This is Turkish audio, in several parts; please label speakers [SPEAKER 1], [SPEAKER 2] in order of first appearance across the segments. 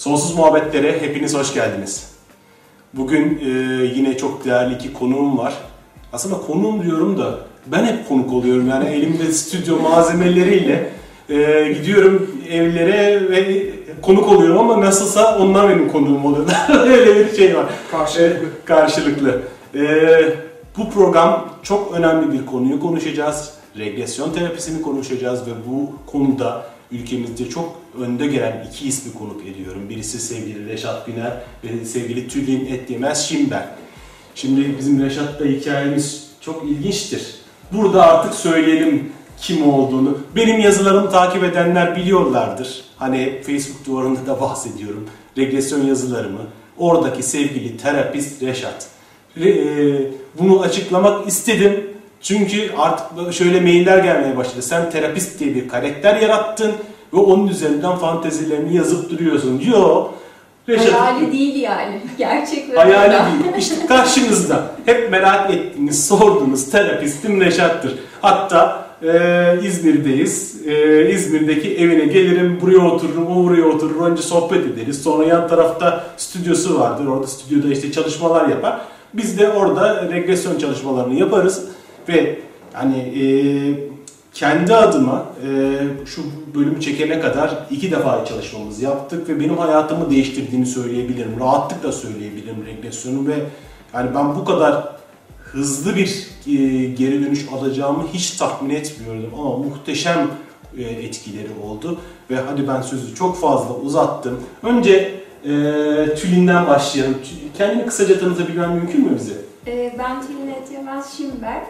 [SPEAKER 1] Sonsuz Muhabbetlere hepiniz hoş geldiniz. Bugün yine çok değerli iki konuğum var. Aslında konuğum diyorum da ben hep konuk oluyorum. Yani elimde stüdyo malzemeleriyle gidiyorum evlere ve konuk oluyorum ama nasılsa onlar benim konuğum oluyorlar. Öyle bir şey var. Karşılıklı. Bu program çok önemli bir konuyu konuşacağız. Regresyon terapisini konuşacağız ve bu konuda ülkemizde çok önde gelen iki ismi konuk ediyorum. Birisi sevgili Reşat Güner ve sevgili Tülin Etiyemez-Şimberk. Şimdi bizim Reşat'la hikayemiz çok ilginçtir. Burada artık söyleyelim kim olduğunu. Benim yazılarımı takip edenler biliyorlardır. Hani Facebook duvarında da bahsediyorum. Regresyon yazılarımı. Oradaki sevgili terapist Reşat. Bunu açıklamak istedim. Çünkü artık şöyle mailler gelmeye başladı. Sen terapist diye bir karakter yarattın ve onun üzerinden fantezilerini yazıp duruyorsun. Yo, Reşat.
[SPEAKER 2] Hayali değil yani. Gerçek ve
[SPEAKER 1] hayali değil. İşte karşınızda hep merak ettiğiniz, sorduğunuz terapistim Reşat'tır. Hatta İzmir'deyiz. İzmir'deki evine gelirim, buraya otururum, o buraya oturur. Önce sohbet ederiz. Sonra yan tarafta stüdyosu vardır. Orada stüdyoda işte çalışmalar yapar. Biz de orada regresyon çalışmalarını yaparız. Ve hani kendi adıma şu bölümü çekene kadar 2 defa çalışmamız yaptık ve benim hayatımı değiştirdiğini söyleyebilirim. Rahatlıkla söyleyebilirim regresyonu ve yani ben bu kadar hızlı bir geri dönüş alacağımı hiç tahmin etmiyordum ama muhteşem etkileri oldu ve hadi ben sözü çok fazla uzattım. Önce Tülin'den başlayalım. Kendini kısaca tanıtabilmen mümkün mü bize?
[SPEAKER 2] Ben Tülin Etiyemez-Şimberk.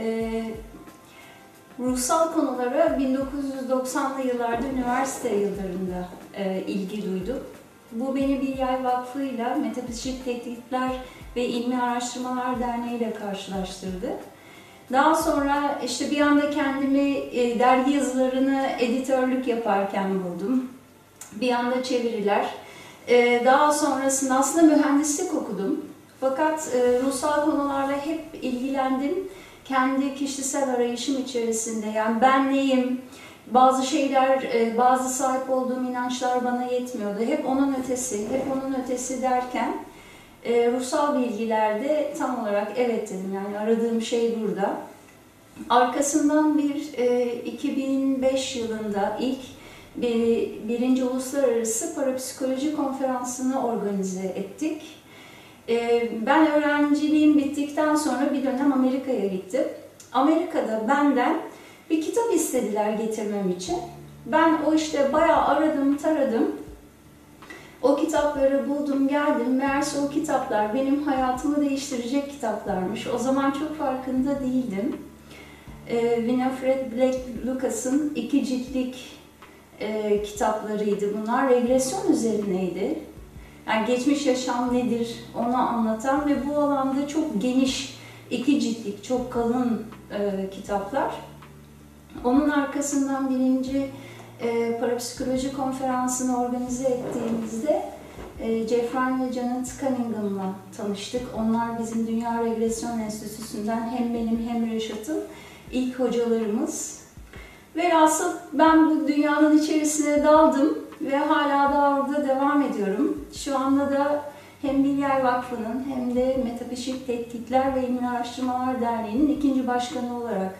[SPEAKER 2] Ruhsal konulara 1990'lı yıllarda üniversite yıllarında ilgi duydum. Bu beni Bir Yay Vakfı'yla Metafizik Tetkikler ve İlmi Araştırmalar Derneği ile karşılaştırdı. Daha sonra işte bir anda kendimi dergi yazılarını editörlük yaparken buldum. Bir anda çeviriler. Daha sonrasında aslında mühendislik okudum. Fakat ruhsal konularla hep ilgilendim. Kendi kişisel arayışım içerisinde. Yani ben neyim? Bazı şeyler, bazı sahip olduğum inançlar bana yetmiyordu. Hep onun ötesi, hep onun ötesi derken ruhsal bilgilerde tam olarak evet dedim. Yani aradığım şey burada. Arkasından 2005 yılında ilk birinci Uluslararası Parapsikoloji Konferansı'nı organize ettik. Ben öğrenciliğim bittikten sonra bir dönem Amerika'ya gittim. Amerika'da benden bir kitap istediler getirmem için. Ben o işte bayağı aradım, taradım. O kitapları buldum, geldim. Meğerse o kitaplar benim hayatımı değiştirecek kitaplarmış. O zaman çok farkında değildim. Winifred Blake Lucas'ın 2 ciltlik kitaplarıydı bunlar. Regresyon üzerineydi. Yani geçmiş yaşam nedir onu anlatan ve bu alanda çok geniş 2 ciltlik, çok kalın kitaplar. Onun arkasından birinci parapsikoloji konferansını organize ettiğimizde Jeffrey ve Janet Cunningham'la tanıştık. Onlar bizim Dünya Regresyon Enstitüsü'nden hem benim hem Reşat'ın ilk hocalarımız. Velhasıl ben bu dünyanın içerisine daldım ve hala da orada devam ediyorum. Şu anda da hem Bir Yay Vakfı'nın hem de Metafizik Tetkikler ve İlmi Araştırmalar Derneği'nin 2. başkanı olarak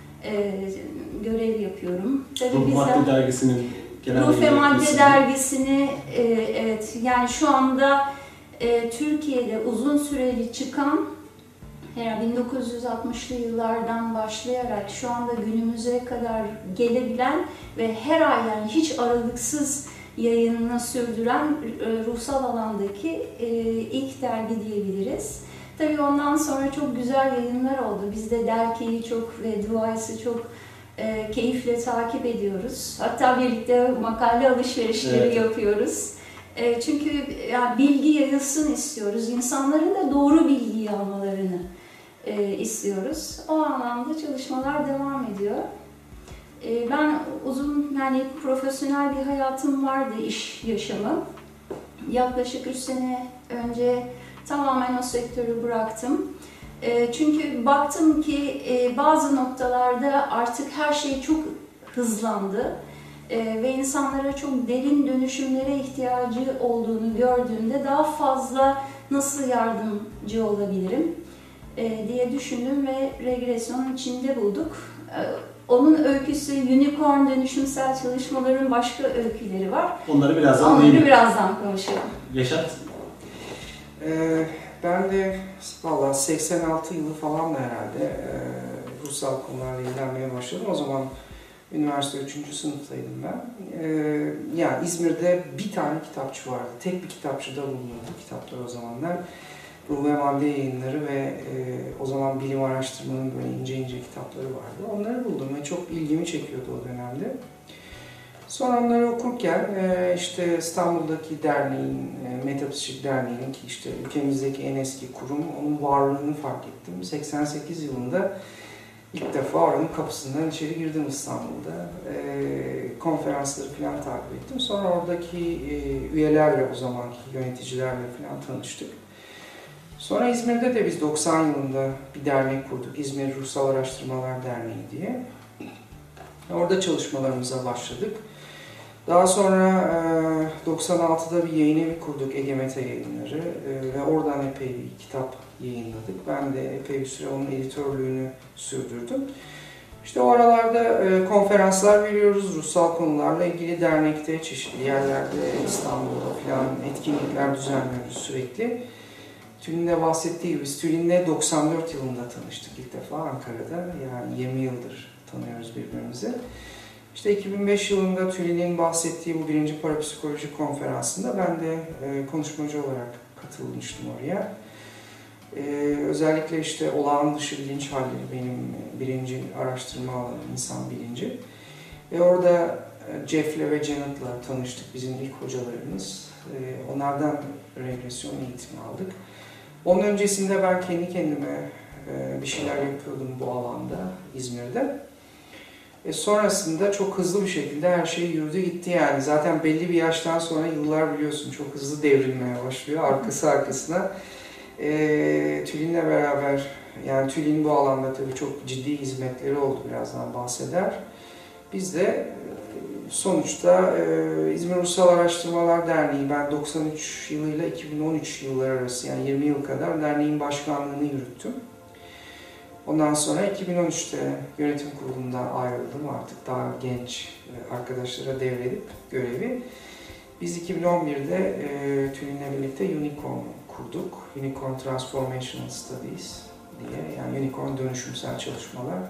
[SPEAKER 2] görev yapıyorum.
[SPEAKER 1] Ruh Madde Dergisi'nin
[SPEAKER 2] Ruh ve Madde Dergisi'ni evet, yani şu anda Türkiye'de uzun süreli çıkan 1960'lı yıllardan başlayarak şu anda günümüze kadar gelebilen ve her ay yani hiç aralıksız yayınını sürdüren ruhsal alandaki ilk dergi diyebiliriz. Tabii ondan sonra çok güzel yayınlar oldu. Biz de dergiyi çok ve Duays'ı çok keyifle takip ediyoruz. Hatta birlikte makale alışverişleri yapıyoruz. Çünkü yani bilgi yayılsın istiyoruz. İnsanların da doğru bilgiyi almalarını istiyoruz. O anlamda çalışmalar devam ediyor. Ben uzun yani profesyonel bir hayatım vardı, iş yaşamı. Yaklaşık 3 sene önce tamamen o sektörü bıraktım. Çünkü baktım ki bazı noktalarda artık her şey çok hızlandı. ve insanlara çok derin dönüşümlere ihtiyacı olduğunu gördüğümde daha fazla nasıl yardımcı olabilirim diye düşündüm ve regresyonun içinde bulduk. Onun öyküsü, unicorn dönüşümsel çalışmaların başka öyküleri var.
[SPEAKER 1] Onları birazdan
[SPEAKER 2] konuşalım.
[SPEAKER 1] Yaşat?
[SPEAKER 3] Ben de valla 86 yılı falan da herhalde ruhsal konularla ilgilenmeye başladım. O zaman üniversite 3. sınıftaydım ben. Yani İzmir'de bir tane kitapçı vardı. Tek bir kitapçıda bulunuyordu kitaplar o zamanlar. Ruh ve Madde Yayınları ve o zaman bilim araştırmanın böyle ince ince kitapları vardı. Onları buldum ve çok ilgimi çekiyordu o dönemde. Sonra onları okurken işte İstanbul'daki derneğin, Metapsişik Derneği'nin ki işte ülkemizdeki en eski kurum, onun varlığını fark ettim. 88 yılında ilk defa oranın kapısından içeri girdim İstanbul'da. Konferansları falan takip ettim. Sonra oradaki üyelerle, o zamanki yöneticilerle falan tanıştık. Sonra İzmir'de de biz 90 yılında bir dernek kurduk. İzmir Ruhsal Araştırmalar Derneği diye. Orada çalışmalarımıza başladık. Daha sonra 96'da bir yayın evi kurduk, Egemete Yayınları ve oradan epey bir kitap yayınladık. Ben de epey bir süre onun editörlüğünü sürdürdüm. İşte o aralarda konferanslar veriyoruz, ruhsal konularla ilgili dernekte, çeşitli yerlerde, İstanbul'da falan etkinlikler düzenliyoruz sürekli. Tülin'in de bahsettiği gibi biz Tülin'le 94 yılında tanıştık ilk defa Ankara'da. Yani 20 yıldır tanıyoruz birbirimizi. İşte 2005 yılında Tülin'in bahsettiği bu 1. Parapsikoloji Konferansı'nda ben de konuşmacı olarak katılmıştım oraya. Özellikle işte olağan dışı bilinç halleri benim birinci araştırma alanım, insan bilinci. Ve orada Jeff'le ve Janet'la tanıştık, bizim ilk hocalarımız. Onlardan regresyon eğitimi aldık. Onun öncesinde ben kendi kendime bir şeyler yapıyordum bu alanda, İzmir'de. Sonrasında çok hızlı bir şekilde her şey yürüdü gitti yani. Zaten belli bir yaştan sonra yıllar biliyorsun çok hızlı devrilmeye başlıyor arkası arkasına. Tülin'le beraber, yani Tülin bu alanda tabii çok ciddi hizmetleri oldu, birazdan bahseder. Biz de sonuçta İzmir Ruhsal Araştırmalar Derneği, ben 93 yılıyla 2013 yılları arası yani 20 yıl kadar derneğin başkanlığını yürüttüm. Ondan sonra 2013'te yönetim kurulundan ayrıldım, artık daha genç arkadaşlara devredip görevi. Biz 2011'de Tülin'le birlikte Unicorn kurduk. Unicorn Transformational Studies diye, yani Unicorn dönüşümsel çalışmalar.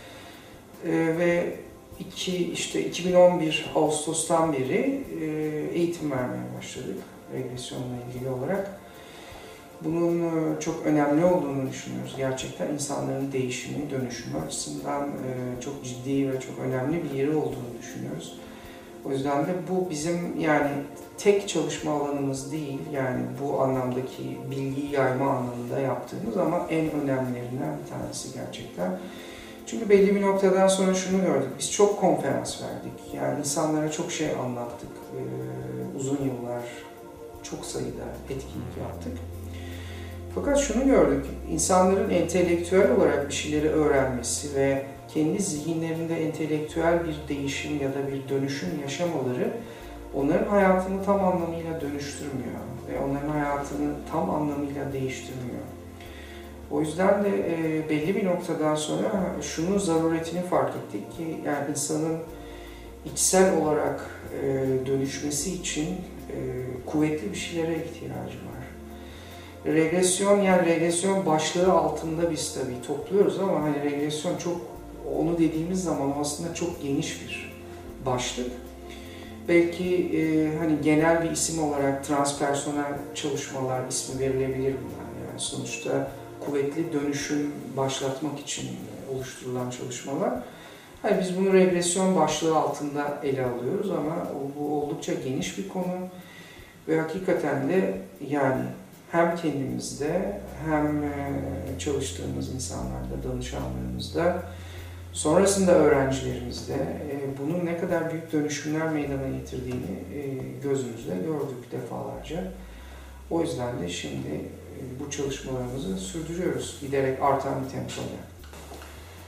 [SPEAKER 3] Ve işte 2011 Ağustos'tan beri eğitim vermeye başladık regresyonla ilgili olarak. Bunun çok önemli olduğunu düşünüyoruz. Gerçekten insanların değişimi, dönüşümü açısından çok ciddi ve çok önemli bir yeri olduğunu düşünüyoruz. O yüzden de bu bizim yani tek çalışma alanımız değil, yani bu anlamdaki bilgiyi yayma anlamında yaptığımız ama en önemlilerinden bir tanesi gerçekten. Çünkü belli bir noktadan sonra şunu gördük, biz çok konferans verdik, yani insanlara çok şey anlattık, uzun yıllar çok sayıda etkinlik yaptık. Fakat şunu gördük, insanların entelektüel olarak bir şeyleri öğrenmesi ve kendi zihinlerinde entelektüel bir değişim ya da bir dönüşüm yaşamaları onların hayatını tam anlamıyla dönüştürmüyor ve onların hayatını tam anlamıyla değiştirmiyor. O yüzden de belli bir noktadan sonra şunun zaruretini fark ettik ki yani insanın içsel olarak dönüşmesi için kuvvetli bir şeylere ihtiyacı var. Regresyon, yani regresyon başlığı altında biz tabii topluyoruz ama hani regresyon çok, onu dediğimiz zaman aslında çok geniş bir başlık. Belki hani genel bir isim olarak transpersonel çalışmalar ismi verilebilir bunlar. Yani sonuçta kuvvetli dönüşüm başlatmak için oluşturulan çalışmalar. Hani biz bunu regresyon başlığı altında ele alıyoruz ama bu oldukça geniş bir konu ve hakikaten de yani hem kendimizde hem çalıştığımız insanlarda, danışanlarımızda, sonrasında öğrencilerimizde bunun ne kadar büyük dönüşümler meydana getirdiğini gözümüzle gördük defalarca. O yüzden de şimdi bu çalışmalarımızı sürdürüyoruz giderek artan bir tempoyla.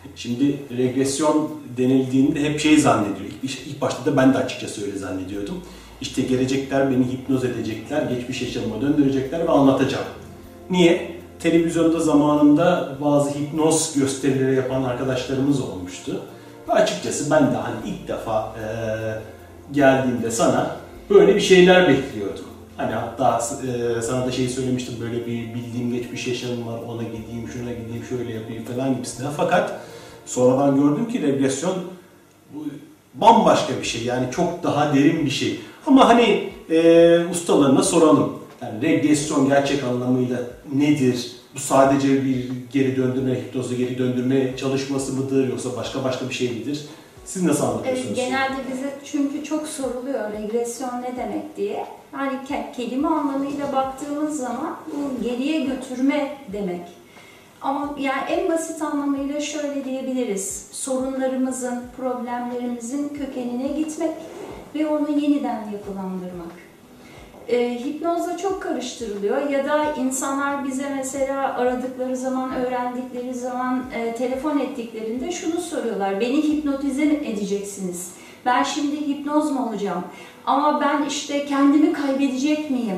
[SPEAKER 1] Şimdi regresyon denildiğinde hep şey zannediyor. İlk başta da ben de açıkçası öyle zannediyordum. İşte gelecekler, beni hipnoz edecekler, geçmiş yaşamıma döndürecekler ve anlatacağım. Niye? Televizyonda zamanında bazı hipnoz gösterileri yapan arkadaşlarımız olmuştu. Ve açıkçası ben de hani ilk defa geldiğimde sana böyle bir şeyler bekliyordum. Hani hatta sana da şey söylemiştim, böyle bir bildiğim geçmiş yaşamım var, ona gideyim, şuna gideyim, şöyle yapayım falan gibisinden. Fakat sonradan gördüm ki regresyon bambaşka bir şey, yani çok daha derin bir şey. Ama hani ustalarına soralım. Yani regresyon gerçek anlamıyla nedir? Bu sadece bir geri döndürme, hipnozu geri döndürme çalışması mıdır, yoksa başka bir şey midir? Siz nasıl anlatıyorsunuz?
[SPEAKER 2] Genelde bize çünkü çok soruluyor regresyon ne demek diye. Yani kelime anlamıyla baktığımız zaman bu geriye götürme demek. Ama yani en basit anlamıyla şöyle diyebiliriz. Sorunlarımızın, problemlerimizin kökenine gitmek ve onu yeniden yapılandırmak. Hipnozla çok karıştırılıyor ya da insanlar bize mesela aradıkları zaman, öğrendikleri zaman, telefon ettiklerinde şunu soruyorlar: beni hipnotize mi edeceksiniz? Ben şimdi hipnoz mu olacağım? Ama ben işte kendimi kaybedecek miyim?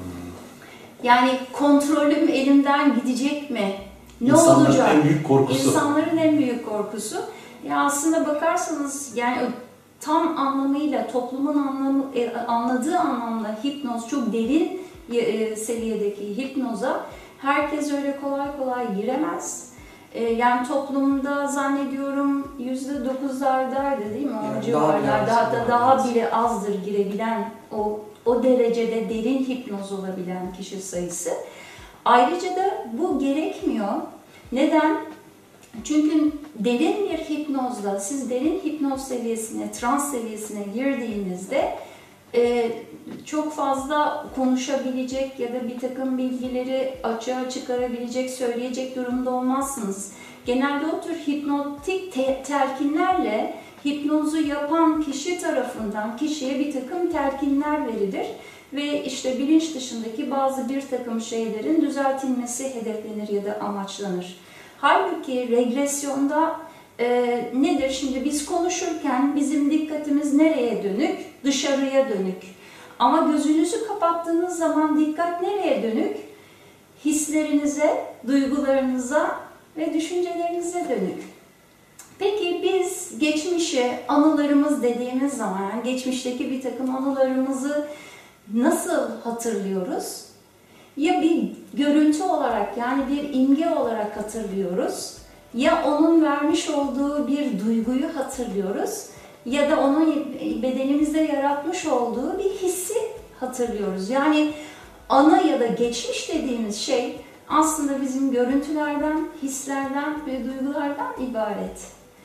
[SPEAKER 2] Yani kontrolüm elimden gidecek mi? Ne
[SPEAKER 1] İnsanların
[SPEAKER 2] olacak?
[SPEAKER 1] en büyük korkusu.
[SPEAKER 2] İnsanların en büyük korkusu. Ya aslında bakarsanız yani tam anlamıyla toplumun anladığı anlamda hipnoz, çok derin seviyedeki hipnoza herkes öyle kolay kolay giremez. Yani toplumda zannediyorum %9'lardaydı değil mi? O
[SPEAKER 3] Yani
[SPEAKER 2] civarlarda, hatta daha bile azdır girebilen, o derecede derin hipnoz olabilen kişi sayısı. Ayrıca da bu gerekmiyor. Neden? Çünkü derin bir hipnozda, siz derin hipnoz seviyesine, trans seviyesine girdiğinizde çok fazla konuşabilecek ya da bir takım bilgileri açığa çıkarabilecek, söyleyecek durumda olmazsınız. Genelde o tür hipnotik telkinlerle hipnozu yapan kişi tarafından kişiye bir takım telkinler verilir ve işte bilinç dışındaki bazı bir takım şeylerin düzeltilmesi hedeflenir ya da amaçlanır. Halbuki regresyonda nedir? Şimdi biz konuşurken bizim dikkatimiz nereye dönük? Dışarıya dönük. Ama gözünüzü kapattığınız zaman dikkat nereye dönük? Hislerinize, duygularınıza ve düşüncelerinize dönük. Peki biz geçmişe, anılarımız dediğimiz zaman, yani geçmişteki bir takım anılarımızı nasıl hatırlıyoruz? Ya bir görüntü olarak, yani bir imge olarak hatırlıyoruz, ya onun vermiş olduğu bir duyguyu hatırlıyoruz, ya da onun bedenimizde yaratmış olduğu bir hissi hatırlıyoruz. Yani anı ya da geçmiş dediğimiz şey aslında bizim görüntülerden, hislerden ve duygulardan ibaret.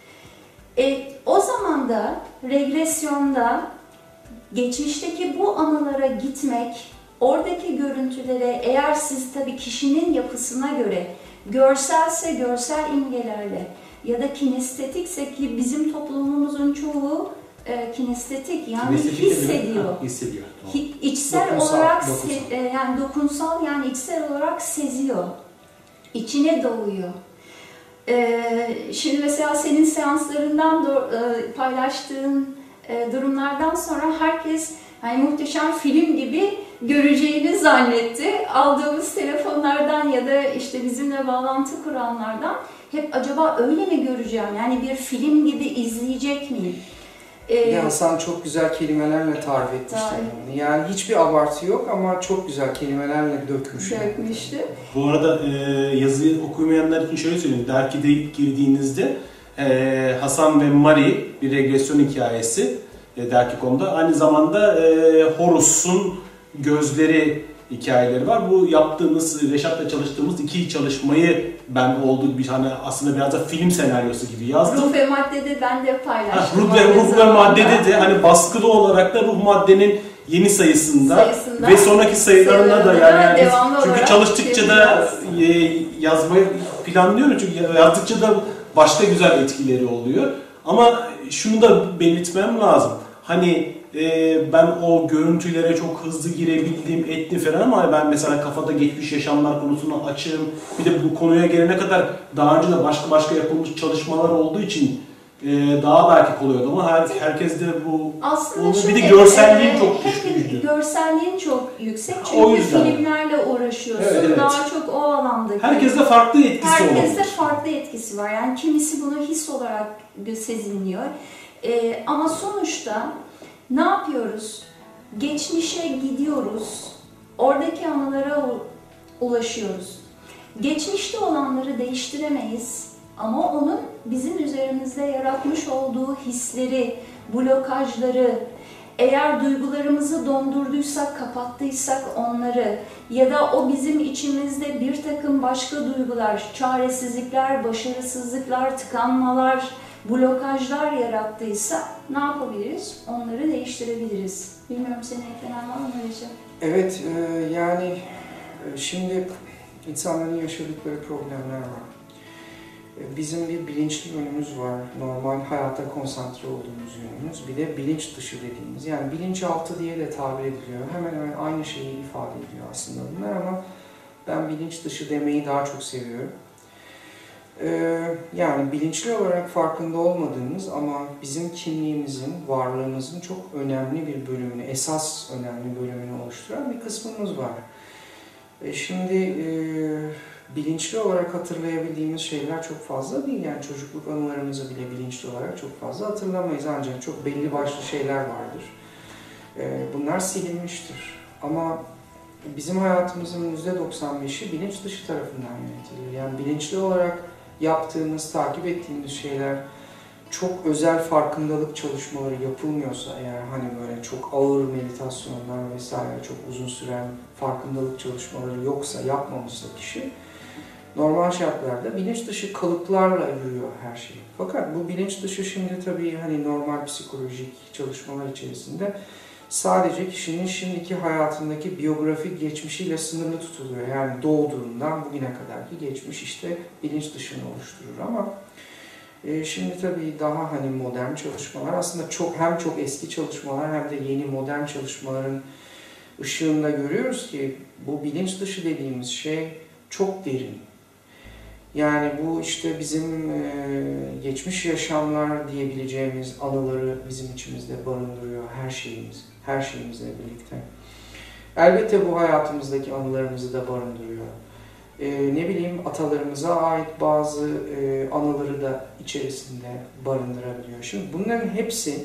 [SPEAKER 2] O zaman da regresyonda geçmişteki bu anılara gitmek, oradaki görüntülere, eğer siz tabii kişinin yapısına göre görselse görsel imgelerle ya da kinestetikse, ki bizim toplumumuzun çoğu kinestetik, yani hissediyor.
[SPEAKER 1] Hissediyor.
[SPEAKER 2] İçsel olarak yani dokunsal, yani içsel olarak seziyor. İçine doğuyor. Şimdi mesela senin seanslarından paylaştığın durumlardan sonra herkes yani muhteşem film gibi göreceğini zannetti. Aldığımız telefonlardan ya da işte bizimle bağlantı kuranlardan hep acaba öyle mi göreceğim? Yani bir film gibi izleyecek miyim?
[SPEAKER 3] Hasan çok güzel kelimelerle tarif etmişti. Yani hiçbir abartı yok ama çok güzel kelimelerle dökmüştü.
[SPEAKER 1] Bu arada yazıyı okumayanlar için şöyle söyleyeyim. Derki'de ilk girdiğinizde Hasan ve Mari bir regresyon hikayesi Derki.com'da. Aynı zamanda Horus'un gözleri hikayeleri var. Bu yaptığımız, Reşat'la çalıştığımız iki çalışmayı ben bir hani aslında biraz da film senaryosu gibi yazdım.
[SPEAKER 2] Ruh ve maddede ben de paylaştım.
[SPEAKER 1] Ruh ve maddede de hani baskılı olarak da ruh maddenin yeni sayısında ve sonraki sayılarına da yani çünkü çalıştıkça da yazmayı planlıyorum, çünkü yazdıkça da başka güzel etkileri oluyor. Ama şunu da belirtmem lazım. Hani ben o görüntülere çok hızlı girebildim, ettim falan ama ben mesela kafada geçmiş yaşamlar konusuna açığım. Bir de bu konuya gelene kadar daha önce de başka yapılmış çalışmalar olduğu için daha belki kolay oldu ama herkes de bu
[SPEAKER 2] aslında
[SPEAKER 1] bir de görselliğin çok güçlüydü.
[SPEAKER 2] Görselliğin çok yüksek
[SPEAKER 1] O
[SPEAKER 2] çünkü
[SPEAKER 1] yüzden
[SPEAKER 2] filmlerle uğraşıyorsun.
[SPEAKER 1] Evet.
[SPEAKER 2] Daha çok o alandaki.
[SPEAKER 1] Herkeste farklı etkisi oldu.
[SPEAKER 2] Herkeste farklı etkisi var. Yani kimisi bunu his olarak sezinliyor. Ama sonuçta ne yapıyoruz? Geçmişe gidiyoruz. Oradaki anılara ulaşıyoruz. Geçmişte olanları değiştiremeyiz. Ama onun bizim üzerimizde yaratmış olduğu hisleri, blokajları, eğer duygularımızı dondurduysak, kapattıysak onları ya da o bizim içimizde bir takım başka duygular, çaresizlikler, başarısızlıklar, tıkanmalar, blokajlar yarattıysa ne yapabiliriz? Onları değiştirebiliriz. Bilmiyorum senin eklenen var mı Recep?
[SPEAKER 3] Evet, yani şimdi insanların yaşadıkları problemler var. Bizim bir bilinçli yönümüz var, normal hayata konsantre olduğumuz yönümüz. Bir de bilinç dışı dediğimiz, yani bilinçaltı diye de tabir ediliyor. Hemen hemen aynı şeyi ifade ediyor aslında bunlar ama ben bilinç dışı demeyi daha çok seviyorum. Yani bilinçli olarak farkında olmadığımız ama bizim kimliğimizin, varlığımızın çok önemli bir bölümünü, esas önemli bölümünü oluşturan bir kısmımız var. Şimdi bilinçli olarak hatırlayabildiğimiz şeyler çok fazla değil. Yani çocukluk anılarımızı bile bilinçli olarak çok fazla hatırlamayız. Ancak çok belli başlı şeyler vardır. Bunlar silinmiştir. Ama bizim hayatımızın %95'i bilinç dışı tarafından yönetiliyor. Yani bilinçli olarak yaptığımız, takip ettiğimiz şeyler çok özel farkındalık çalışmaları yapılmıyorsa eğer hani böyle çok ağır meditasyonlar vesaire çok uzun süren farkındalık çalışmaları yoksa yapmamışsa kişi normal şartlarda bilinç dışı kalıplarla yürüyor her şey. Fakat bu bilinç dışı şimdi tabii hani normal psikolojik çalışmalar içerisinde sadece kişinin şimdiki hayatındaki biyografik geçmişiyle sınırlı tutuluyor. Yani doğduğundan bugüne kadarki geçmiş işte bilinç dışını oluşturur ama şimdi tabii daha hani modern çalışmalar aslında hem çok eski çalışmalar hem de yeni modern çalışmaların ışığında görüyoruz ki bu bilinç dışı dediğimiz şey çok derin. Yani bu işte bizim geçmiş yaşamlar diyebileceğimiz anıları bizim içimizde barındırıyor her şeyimizle birlikte. Elbette bu hayatımızdaki anılarımızı da barındırıyor. Ne bileyim atalarımıza ait bazı anıları da içerisinde barındırabiliyor. Şimdi bunların hepsi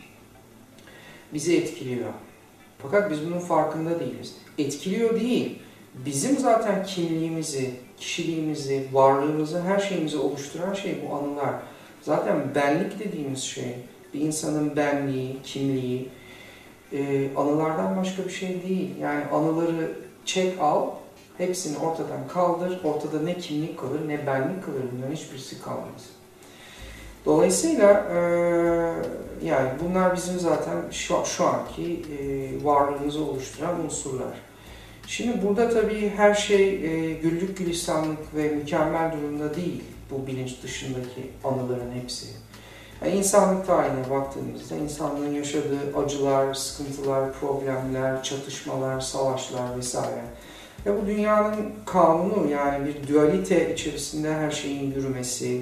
[SPEAKER 3] bizi etkiliyor. Fakat biz bunun farkında değiliz. Etkiliyor değil, bizim zaten kimliğimizi, kişiliğimizi, varlığımızı, her şeyimizi oluşturan şey bu anılar. Zaten benlik dediğimiz şey, bir insanın benliği, kimliği, anılardan başka bir şey değil. Yani anıları çek al, hepsini ortadan kaldır, ortada ne kimlik kalır ne benlik kalır, bunların hiçbirisi kalmaz. Dolayısıyla yani bunlar bizim zaten şu anki varlığımızı oluşturan unsurlar. Şimdi burada tabii her şey güllük gülistanlık ve mükemmel durumda değil bu bilinç dışındaki anıların hepsi. Yani insanlık tarihine baktığımızda insanlığın yaşadığı acılar, sıkıntılar, problemler, çatışmalar, savaşlar vesaire. Ve bu dünyanın kanunu yani bir dualite içerisinde her şeyin yürümesi,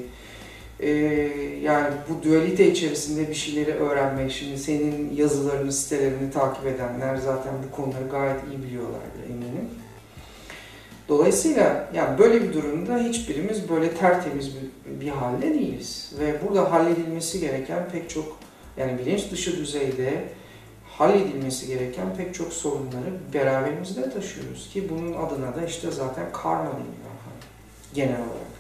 [SPEAKER 3] yani bu dualite içerisinde bir şeyleri öğrenmek, şimdi senin yazılarını, sitelerini takip edenler zaten bu konuları gayet iyi biliyorlardır eminim. Dolayısıyla yani böyle bir durumda hiçbirimiz böyle tertemiz bir halde değiliz. Ve burada halledilmesi gereken pek çok, yani bilinç dışı düzeyde halledilmesi gereken pek çok sorunları beraberimizde taşıyoruz ki bunun adına da işte zaten karma deniyor genel olarak.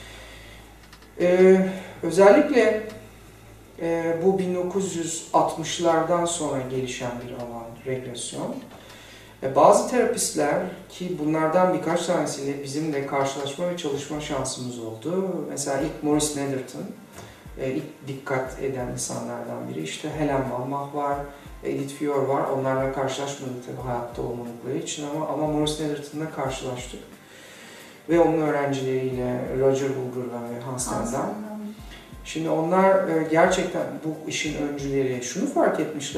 [SPEAKER 3] Özellikle bu 1960'lardan sonra gelişen bir alan regresyon. Bazı terapistler ki bunlardan birkaç tanesiyle bizim de karşılaşma ve çalışma şansımız oldu. Mesela ilk Maurice Netherton, ilk dikkat eden insanlardan biri. İşte Helen Malmach var, Edith Fior var. Onlarla karşılaşmadık tabii hayatta olmadıkları için ama Maurice Netherton'la karşılaştık. Ve onun öğrencileriyle Roger Bulger'la ve Hans Tenz'den. Şimdi onlar gerçekten bu işin öncüleri şunu fark etmişler.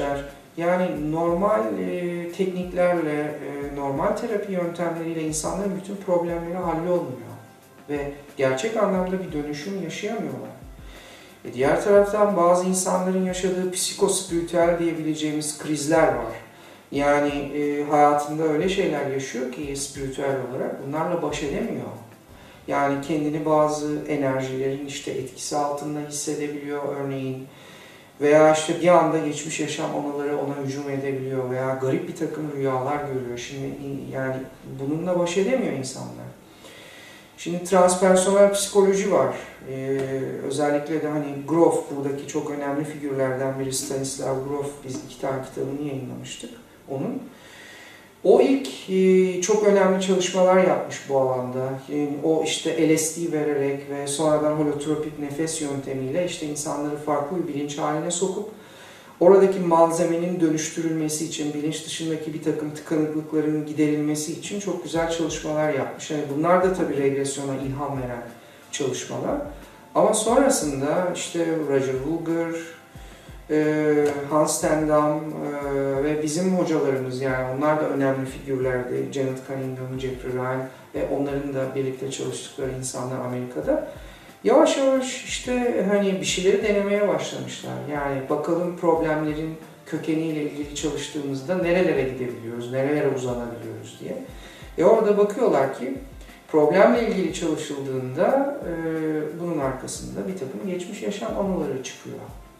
[SPEAKER 3] Yani normal tekniklerle, normal terapi yöntemleriyle insanların bütün problemleri hallolmuyor. Ve gerçek anlamda bir dönüşüm yaşayamıyorlar. Diğer taraftan bazı insanların yaşadığı psikospiritüel diyebileceğimiz krizler var. Yani hayatında öyle şeyler yaşıyor ki spiritüel olarak bunlarla baş edemiyor. Yani kendini bazı enerjilerin işte etkisi altında hissedebiliyor örneğin. Veya işte bir anda geçmiş yaşam anıları ona hücum edebiliyor veya garip bir takım rüyalar görüyor. Şimdi yani bununla baş edemiyor insanlar. Şimdi transpersonel psikoloji var. Özellikle de hani Grof buradaki çok önemli figürlerden biri Stanislav Grof. Biz 2 tane kitabını yayınlamıştık onun. O ilk çok önemli çalışmalar yapmış bu alanda. Yani o işte LSD vererek ve sonradan holotropik nefes yöntemiyle işte insanları farklı bir bilinç haline sokup oradaki malzemenin dönüştürülmesi için, bilinç dışındaki bir takım tıkanıklıkların giderilmesi için çok güzel çalışmalar yapmış. Yani bunlar da tabii regresyona ilham veren çalışmalar. Ama sonrasında işte Roger Wilger, Hans Tendam ve bizim hocalarımız yani onlar da önemli figürlerdi. Janet Cunningham, Jeffrey Ryan ve onların da birlikte çalıştıkları insanlar Amerika'da. Yavaş yavaş işte hani bir şeyleri denemeye başlamışlar. Yani bakalım problemlerin kökeniyle ilgili çalıştığımızda nerelere gidebiliyoruz, nerelere uzanabiliyoruz diye. Orada bakıyorlar ki problemle ilgili çalışıldığında bunun arkasında bir takım geçmiş yaşam anıları çıkıyor.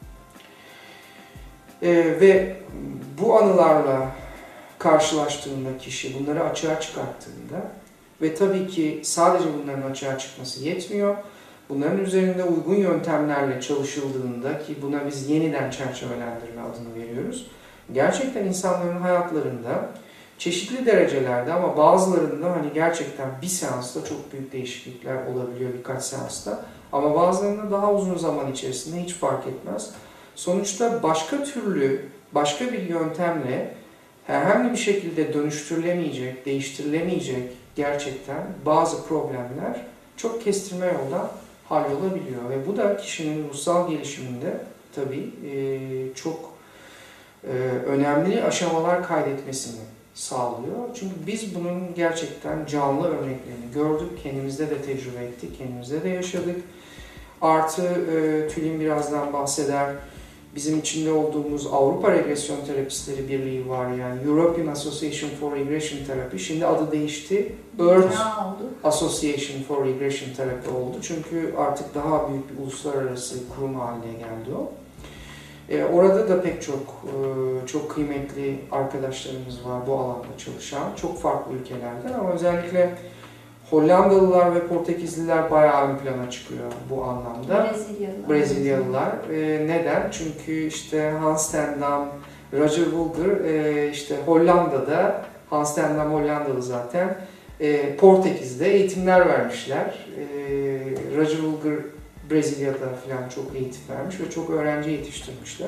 [SPEAKER 3] Ve bu anılarla karşılaştığında kişi bunları açığa çıkarttığında ve tabii ki sadece bunların açığa çıkması yetmiyor. Bunların üzerinde uygun yöntemlerle çalışıldığında ki buna biz yeniden çerçevelendirme adını veriyoruz. Gerçekten insanların hayatlarında çeşitli derecelerde ama bazılarında hani gerçekten bir seansta çok büyük değişiklikler olabiliyor birkaç seansta. Ama bazılarında daha uzun zaman içerisinde hiç fark etmez. Sonuçta başka bir yöntemle herhangi bir şekilde dönüştürülemeyecek, değiştirilemeyecek gerçekten bazı problemler çok kestirme yoldan hallolabiliyor. Ve bu da kişinin ruhsal gelişiminde tabii çok önemli aşamalar kaydetmesini sağlıyor. Çünkü biz bunun gerçekten canlı örneklerini gördük, kendimizde de tecrübe ettik, kendimizde de yaşadık. Artı Tülin birazdan bahseder. Bizim içinde olduğumuz Avrupa Regresyon Terapistleri Birliği var yani European Association for Regression Therapy. Şimdi adı değişti. Earth Association for Regression Therapy oldu. Çünkü artık daha büyük bir uluslararası kurum haline geldi o. Orada da pek çok kıymetli arkadaşlarımız var bu alanda çalışan. Çok farklı ülkelerden ama özellikle Hollandalılar ve Portekizliler bayağı ön plana çıkıyor bu anlamda. Brezilyalılar. Neden? Çünkü işte Hans Tendam, Roger Wilger işte Hollanda'da, Hans Tendam Hollandalı zaten, Portekiz'de eğitimler vermişler. Roger Wilger Brezilya'da falan çok eğitim vermiş ve çok öğrenci yetiştirmişler.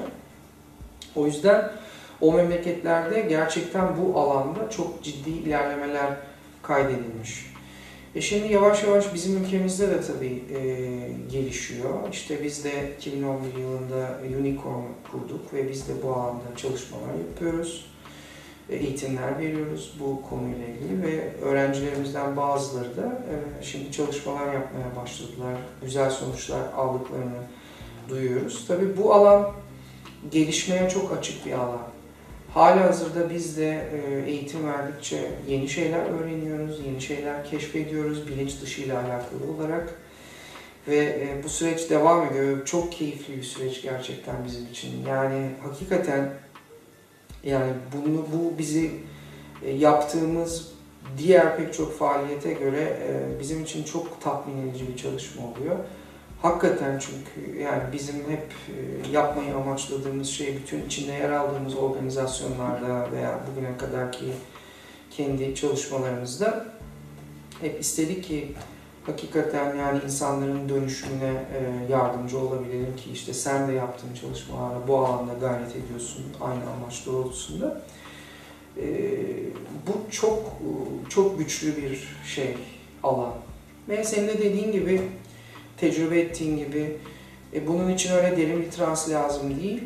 [SPEAKER 3] O yüzden o memleketlerde gerçekten bu alanda çok ciddi ilerlemeler kaydedilmiş. Şimdi yavaş yavaş bizim ülkemizde de tabii gelişiyor. İşte biz de 2011 yılında Unicorn kurduk ve biz de bu alanda çalışmalar yapıyoruz. Eğitimler veriyoruz bu konuyla ilgili ve öğrencilerimizden bazıları da şimdi çalışmalar yapmaya başladılar. Güzel sonuçlar aldıklarını duyuyoruz. Tabii bu alan gelişmeye çok açık bir alan. Halihazırda biz de eğitim verdikçe yeni şeyler öğreniyoruz, yeni şeyler keşfediyoruz bilinç dışıyla alakalı olarak. Ve bu süreç devam ediyor. Çok keyifli bir süreç gerçekten bizim için. Yani hakikaten yani bu bizi yaptığımız diğer pek çok faaliyete göre bizim için çok tatmin edici bir çalışma oluyor. Hakikaten çünkü yani bizim hep yapmayı amaçladığımız şey bütün içinde yer aldığımız organizasyonlarda veya bugüne kadarki kendi çalışmalarımızda hep istedik ki hakikaten yani insanların dönüşümüne yardımcı olabilelim ki işte sen de yaptığın çalışmalarla bu alanda gayret ediyorsun aynı amaç doğrultusunda. Bu çok güçlü bir alan. Ve senin de dediğin gibi tecrübe ettiğin gibi Bunun için öyle derin bir trans lazım değil.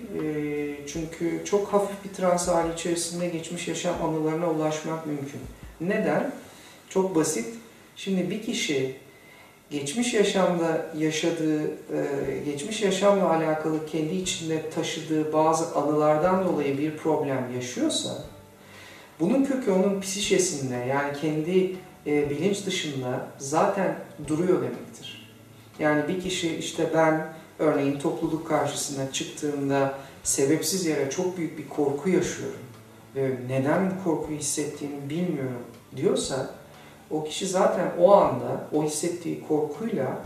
[SPEAKER 3] Çünkü çok hafif bir trans hali içerisinde geçmiş yaşam anılarına ulaşmak mümkün. Neden? Çok basit. Şimdi bir kişi geçmiş yaşamda yaşadığı, geçmiş yaşamla alakalı kendi içinde taşıdığı bazı anılardan dolayı bir problem yaşıyorsa, bunun kökü onun psişesinde, yani kendi bilinç dışında zaten duruyor demektir. Yani bir kişi işte ben örneğin topluluk karşısına çıktığımda sebepsiz yere çok büyük bir korku yaşıyorum ve neden bu korkuyu hissettiğimi bilmiyorum diyorsa, o kişi zaten o anda o hissettiği korkuyla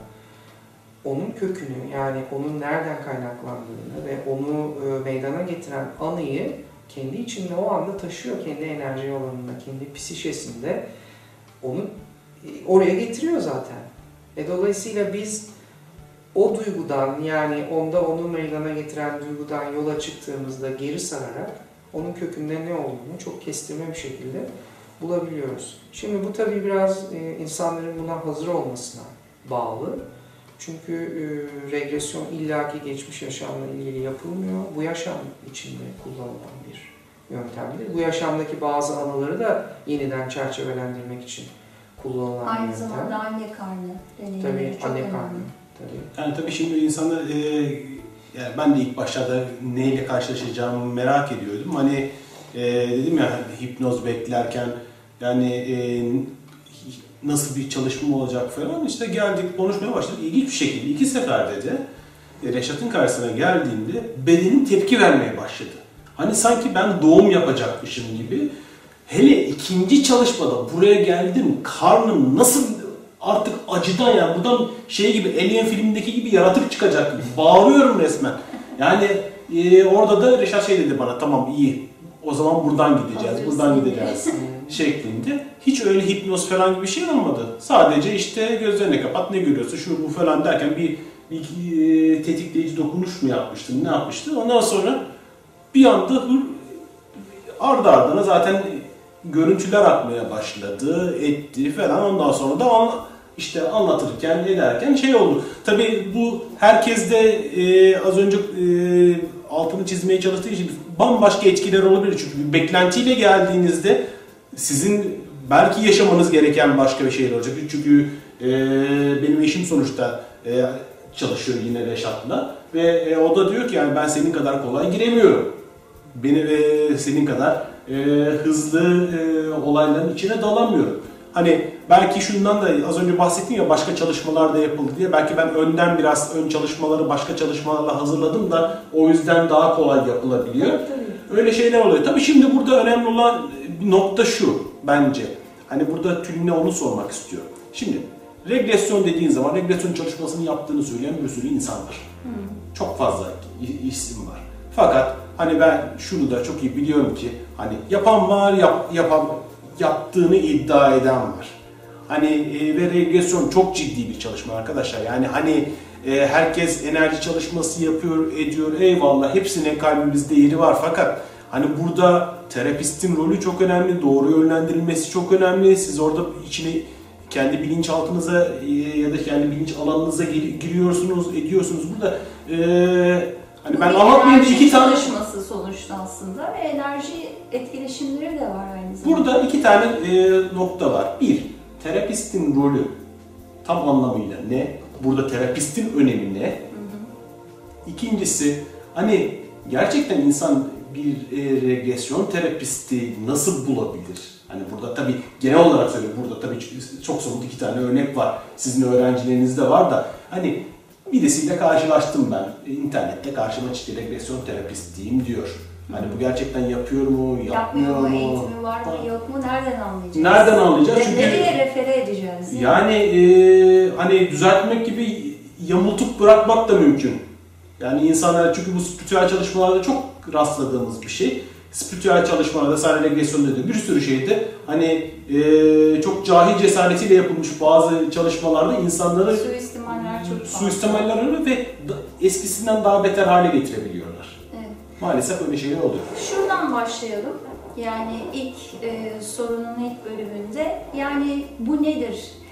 [SPEAKER 3] onun kökünü, yani onun nereden kaynaklandığını ve onu meydana getiren anıyı kendi içinde o anda taşıyor, kendi enerji alanında, kendi psişesinde onu oraya getiriyor zaten. Dolayısıyla biz o duygudan, yani onda onu meydana getiren duygudan yola çıktığımızda geri sararak onun kökünde ne olduğunu çok kestirme bir şekilde bulabiliyoruz. Şimdi bu tabii biraz insanların buna hazır olmasına bağlı. Çünkü regresyon illaki geçmiş yaşamla ilgili yapılmıyor. Bu yaşam içinde kullanılan bir yöntemdir. Bu yaşamdaki bazı anıları da yeniden çerçevelendirmek için kullanılan bir yöntem.
[SPEAKER 2] Aynı zamanda anne karnı deneyimleri
[SPEAKER 3] Tabii,
[SPEAKER 2] çok
[SPEAKER 3] anne
[SPEAKER 2] önemli.
[SPEAKER 3] karnı. Tabii.
[SPEAKER 1] Yani tabii şimdi insanlar, yani ben de ilk başlarda neyle karşılaşacağımı merak ediyordum. Hani dedim ya, hipnoz beklerken yani nasıl bir çalışma olacak falan, işte geldik konuşmaya başladık. İlginç bir şekilde 2 seferde de Reşat'ın karşısına geldiğinde bedenim tepki vermeye başladı. Hani sanki ben doğum yapacakmışım gibi. Hele ikinci çalışmada buraya geldim, karnım nasıl artık acıdan, yani buradan şey gibi, Alien filmindeki gibi yaratık çıkacak gibi bağırıyorum resmen. Yani orada da Reşat şey dedi bana, tamam iyi, o zaman buradan gideceğiz, buradan gideceğiz şeklinde. Hiç öyle hipnoz falan gibi bir şey olmadı. Sadece işte gözlerini kapat, ne görüyorsun şu bu falan derken bir tetikleyici dokunuş mu yapmıştın, ne yapmıştı. Ondan sonra bir anda ardı ardına zaten görüntüler akmaya başladı, etti falan. Ondan sonra da işte anlatırken, ederken şey oldu. Tabii bu herkes de az önce altını çizmeye çalıştığı için bambaşka etkiler olabilir. Çünkü bir beklentiyle geldiğinizde sizin belki yaşamanız gereken başka bir şey olacak. Çünkü benim eşim sonuçta çalışıyor yine Reşat'la ve o da diyor ki yani ben senin kadar kolay giremiyorum. Beni senin kadar hızlı olayların içine dalamıyorum. Hani belki şundan da az önce bahsettim ya, başka çalışmalar da yapıldı diye. Belki ben önden biraz ön çalışmaları başka çalışmalarla hazırladım da o yüzden daha kolay yapılabiliyor.
[SPEAKER 2] Tabii.
[SPEAKER 1] Öyle şeyler oluyor. Tabii şimdi burada önemli olan bir nokta şu bence. Hani burada Tülin'e onu sormak istiyorum. Şimdi regresyon dediğin zaman regresyon çalışmasını yaptığını söyleyen bir sürü insan var. Çok fazla isim var. Fakat hani ben şunu da çok iyi biliyorum ki hani yapan var, yaptığını iddia eden var. Hani ve regresyon çok ciddi bir çalışma arkadaşlar. Yani hani herkes enerji çalışması yapıyor, ediyor. Eyvallah, hepsine kalbimizde yeri var. Fakat hani burada terapistin rolü çok önemli, doğru yönlendirilmesi çok önemli. Siz orada içine kendi bilinçaltınıza ya da kendi bilinç alanınıza giriyorsunuz, ediyorsunuz. Burada hani ben anlatmayayım da 2 tane
[SPEAKER 2] çalışması sonuçta aslında ve enerji etkileşimleri de var aynı zamanda.
[SPEAKER 1] Burada 2 tane nokta var. Bir, terapistin rolü tam anlamıyla ne? Burada terapistin önemi ne? İkincisi, hani gerçekten insan bir regresyon terapisti nasıl bulabilir? Hani burada tabii genel olarak söylüyorum, burada tabii çok somut 2 tane örnek var. Sizin öğrencilerinizde var da hani birisiyle karşılaştım ben. İnternette karşıma çıktı, regresyon terapistiyim diyor. Hani bu gerçekten yapıyor mu, yapmıyor mu?
[SPEAKER 2] Eğitimi var mı, yok mu? Nereden anlayacağız?
[SPEAKER 1] Nereden anlayacağız?
[SPEAKER 2] Ve
[SPEAKER 1] Çünkü
[SPEAKER 2] nereye refere edeceğiz?
[SPEAKER 1] yani hani düzeltmek gibi yamultup bırakmak da mümkün. Yani insanlar, çünkü bu spiritüel çalışmalarda çok rastladığımız bir şey. Spiritüel çalışmalarda, sadece regresyon dediğim bir sürü şeyde hani çok cahil cesaretiyle yapılmış bazı çalışmalarda insanları
[SPEAKER 2] Suistimaller çok fazla.
[SPEAKER 1] Suistimaller ve eskisinden daha beter hale getirebiliyorlar.
[SPEAKER 2] Evet.
[SPEAKER 1] Maalesef öyle şeyler oluyor.
[SPEAKER 2] Şuradan başlayalım. Yani ilk sorunun ilk bölümünde, yani bu nedir?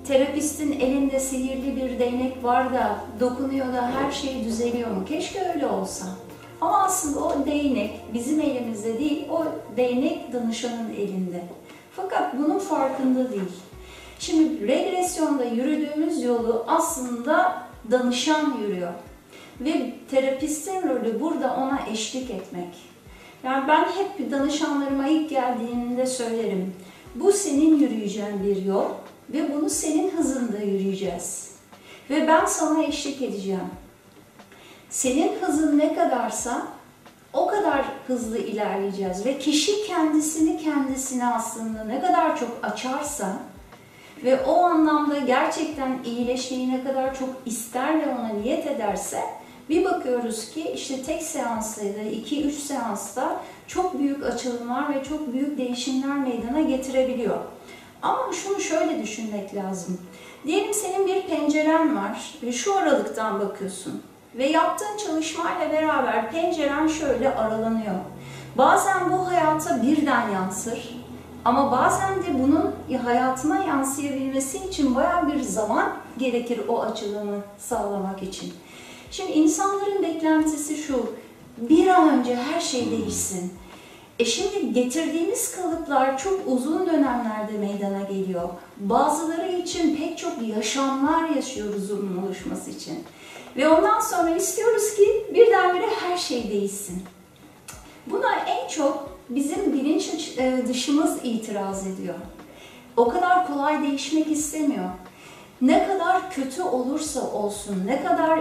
[SPEAKER 2] terapistin elinde sihirli bir değnek var da dokunuyor da her şey düzeliyor mu? Keşke öyle olsa. Ama aslında o değnek bizim elimizde değil, o değnek danışanın elinde. Fakat bunun farkında değil. Şimdi regresyonda yürüdüğümüz yolu aslında danışan yürüyor. Ve terapistin rolü burada ona eşlik etmek. Yani ben hep danışanlarıma ilk geldiğinde söylerim. Bu senin yürüyeceğin bir yol ve bunu senin hızında yürüyeceğiz. Ve ben sana eşlik edeceğim. Senin hızın ne kadarsa o kadar hızlı ilerleyeceğiz. Ve kişi kendisine aslında ne kadar çok açarsa ve o anlamda gerçekten iyileşmeyi ne kadar çok ister ve ona niyet ederse bir bakıyoruz ki işte tek seansta ya da 2-3 seansta çok büyük açılımlar ve çok büyük değişimler meydana getirebiliyor. Ama şunu şöyle düşünmek lazım. Diyelim senin bir penceren var ve şu aralıktan bakıyorsun. Ve yaptığın çalışmayla beraber penceren şöyle aralanıyor. Bazen bu hayata birden yansır. Ama bazen de bunun hayatına yansıyabilmesi için bayağı bir zaman gerekir o açılımı sağlamak için. Şimdi insanların beklentisi şu, bir an önce her şey değişsin. Şimdi getirdiğimiz kalıplar çok uzun dönemlerde meydana geliyor. Bazıları için pek çok yaşamlar yaşıyoruz onun oluşması için. Ve ondan sonra istiyoruz ki birdenbire her şey değişsin. Buna en çok bizim bilinç dışımız itiraz ediyor. O kadar kolay değişmek istemiyor. Ne kadar kötü olursa olsun, ne kadar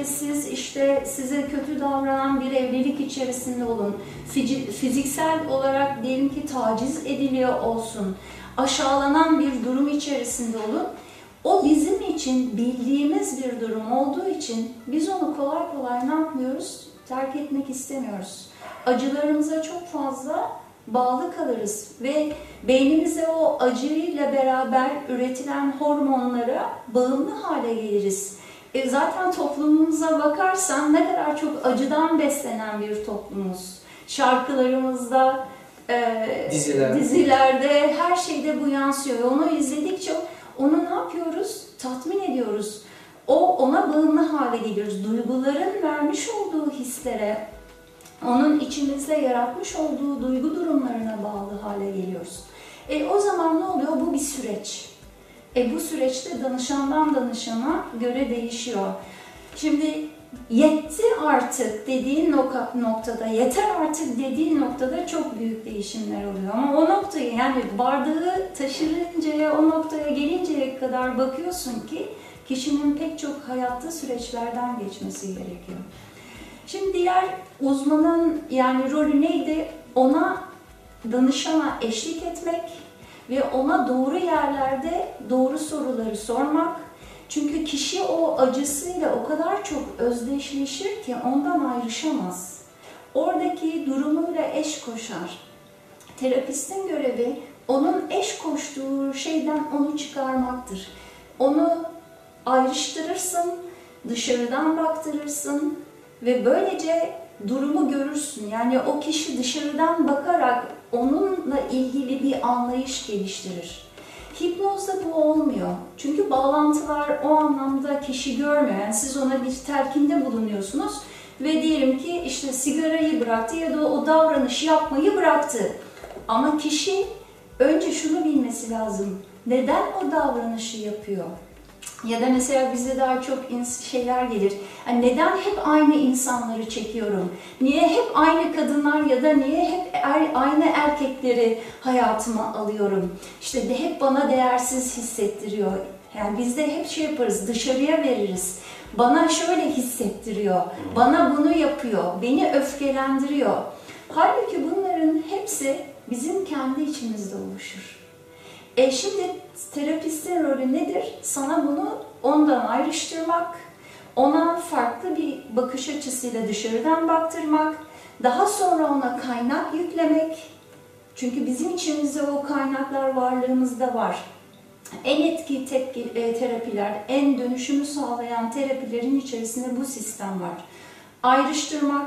[SPEAKER 2] size kötü davranan bir evlilik içerisinde olun, fiziksel olarak diyelim ki taciz ediliyor olsun, aşağılanan bir durum içerisinde olun, o bizim için bildiğimiz bir durum olduğu için biz onu kolay kolay ne yapmıyoruz? Terk etmek istemiyoruz. Acılarımıza çok fazla bağlı kalırız ve beynimize o acıyla beraber üretilen hormonlara bağımlı hale geliriz. Zaten toplumumuza bakarsan ne kadar çok acıdan beslenen bir toplumuz. Şarkılarımızda, dizilerde, her şeyde bu yansıyor. Ve onu izledikçe onu ne yapıyoruz? Tatmin ediyoruz. Ona bağımlı hale geliyoruz. Duyguların vermiş olduğu hislere, onun içimizde yaratmış olduğu duygu durumlarına bağlı hale geliyoruz. O zaman ne oluyor? Bu bir süreç. Bu süreçte danışandan danışana göre değişiyor. Şimdi yetti artık dediğin noktada, yeter artık dediğin noktada çok büyük değişimler oluyor. Ama o noktayı, yani bardağı taşırıncaya, o noktaya gelinceye kadar bakıyorsun ki kişinin pek çok hayatta süreçlerden geçmesi gerekiyor. Şimdi diğer uzmanın yani rolü neydi? Ona, danışana eşlik etmek ve ona doğru yerlerde doğru soruları sormak. Çünkü kişi o acısıyla o kadar çok özdeşleşir ki ondan ayrışamaz. Oradaki durumuyla eş koşar. Terapistin görevi onun eş koştuğu şeyden onu çıkarmaktır. Onu ayrıştırırsın, dışarıdan baktırırsın ve böylece durumu görürsün. Yani o kişi dışarıdan bakarak onunla ilgili bir anlayış geliştirir. Hipnozda bu olmuyor. Çünkü bağlantılar o anlamda kişi görmüyor. Yani siz ona bir telkinde bulunuyorsunuz ve diyelim ki işte sigarayı bıraktı ya da o davranışı yapmayı bıraktı. Ama kişi önce şunu bilmesi lazım. Neden o davranışı yapıyor? Ya da mesela bize daha çok şeyler gelir. Yani neden hep aynı insanları çekiyorum? Niye hep aynı kadınlar ya da niye hep aynı erkekleri hayatıma alıyorum? İşte de hep bana değersiz hissettiriyor. Yani biz de hep şey yaparız, dışarıya veririz. Bana şöyle hissettiriyor, bana bunu yapıyor, beni öfkelendiriyor. Halbuki bunların hepsi bizim kendi içimizde oluşur. Şimdi terapistin rolü nedir? Sana bunu ondan ayrıştırmak, ona farklı bir bakış açısıyla dışarıdan baktırmak, daha sonra ona kaynak yüklemek. Çünkü bizim içimizde o kaynaklar varlığımızda var. En etki terapiler, en dönüşümü sağlayan terapilerin içerisinde bu sistem var. Ayrıştırmak,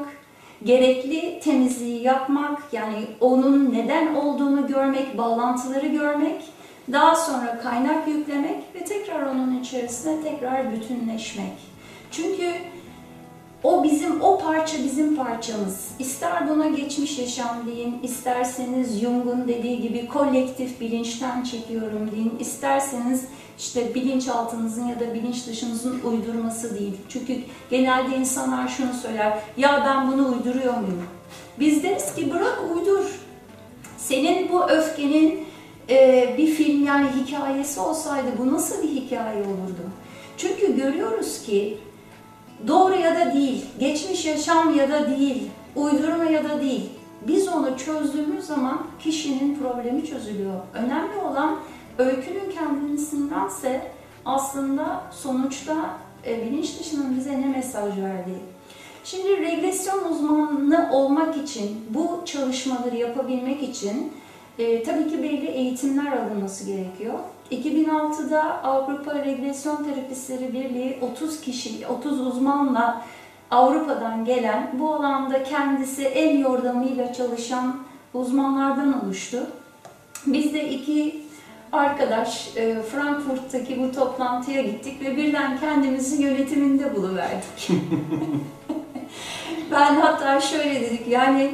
[SPEAKER 2] gerekli temizliği yapmak, yani onun neden olduğunu görmek, bağlantıları görmek Daha sonra kaynak yüklemek ve tekrar onun içerisine tekrar bütünleşmek. Çünkü o parça bizim parçamız. İster buna geçmiş yaşam deyin, isterseniz Jung'un dediği gibi kolektif bilinçten çekiyorum deyin, isterseniz işte bilinçaltınızın ya da bilinç dışınızın uydurması değil. Çünkü genelde insanlar şunu söyler, ya ben bunu uyduruyor muyum? Biz deriz ki bırak uydur. Senin bu öfkenin bir film yani hikayesi olsaydı bu nasıl bir hikaye olurdu? Çünkü görüyoruz ki doğru ya da değil, geçmiş yaşam ya da değil, uydurma ya da değil. Biz onu çözdüğümüz zaman kişinin problemi çözülüyor. Önemli olan öykünün kendisindense aslında sonuçta bilinç dışının bize ne mesaj verdiği. Şimdi regresyon uzmanı olmak için, bu çalışmaları yapabilmek için tabii ki belli eğitimler alınması gerekiyor. 2006'da Avrupa Regresyon Terapistleri Birliği 30 uzmanla Avrupa'dan gelen, bu alanda kendisi el yordamıyla çalışan uzmanlardan oluştu. Biz de 2 arkadaş Frankfurt'taki bu toplantıya gittik ve birden kendimizi yönetiminde buluverdik. Ben hatta şöyle dedik, yani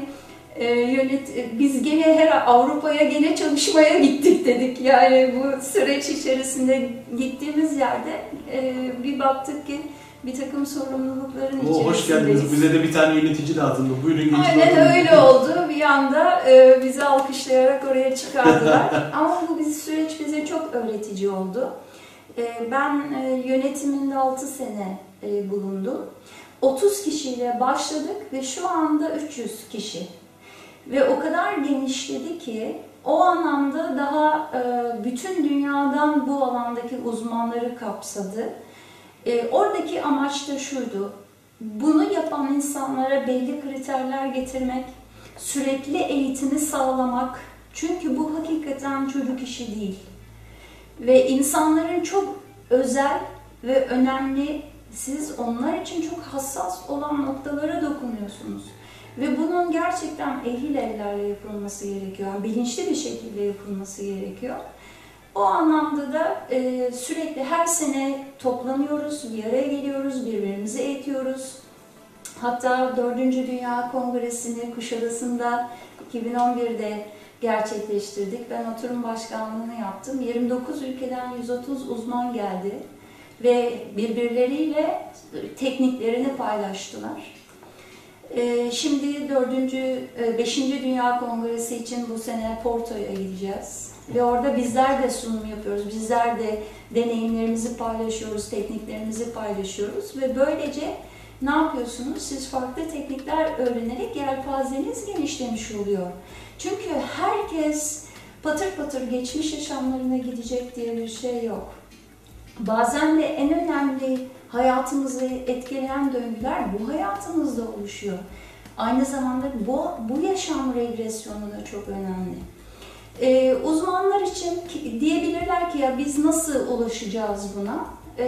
[SPEAKER 2] biz gene Avrupa'ya gene çalışmaya gittik dedik. Yani bu süreç içerisinde gittiğimiz yerde bir baktık ki bir takım sorumlulukların içerisindeyiz.
[SPEAKER 1] Hoş geldiniz. Bize de bir tane yönetici lazımdı. Buyurun geçin.
[SPEAKER 2] Aynen öyle oldu. Bir anda bizi alkışlayarak oraya çıkardılar. Ama bu süreç bize çok öğretici oldu. Ben yönetiminde 6 sene bulundum. 30 kişiyle başladık ve şu anda 300 kişi. Ve o kadar genişledi ki o anlamda daha bütün dünyadan bu alandaki uzmanları kapsadı. Oradaki amaç da şuydu, bunu yapan insanlara belli kriterler getirmek, sürekli eğitimi sağlamak. Çünkü bu hakikaten çocuk işi değil. Ve insanların çok özel ve önemli, siz onlar için çok hassas olan noktalara dokunuyorsunuz. Ve bunun gerçekten ehil ellerle yapılması gerekiyor. Yani bilinçli bir şekilde yapılması gerekiyor. O anlamda da sürekli her sene toplanıyoruz, bir araya geliyoruz, birbirimizi eğitiyoruz. Hatta 4. Dünya Kongresi'ni Kuşadası'nda 2011'de gerçekleştirdik. Ben oturum başkanlığını yaptım. 29 ülkeden 130 uzman geldi ve birbirleriyle tekniklerini paylaştılar. Şimdi 5. Dünya Kongresi için bu sene Porto'ya gideceğiz. Ve orada bizler de sunum yapıyoruz. Bizler de deneyimlerimizi paylaşıyoruz, tekniklerimizi paylaşıyoruz. Ve böylece ne yapıyorsunuz? Siz farklı teknikler öğrenerek yelpazeniz genişlemiş oluyor. Çünkü herkes patır patır geçmiş yaşamlarına gidecek diye bir şey yok. Bazen de en önemli hayatımızı etkileyen döngüler bu hayatımızda oluşuyor. Aynı zamanda bu yaşam regresyonu da çok önemli. Uzmanlar için diyebilirler ki ya biz nasıl ulaşacağız buna?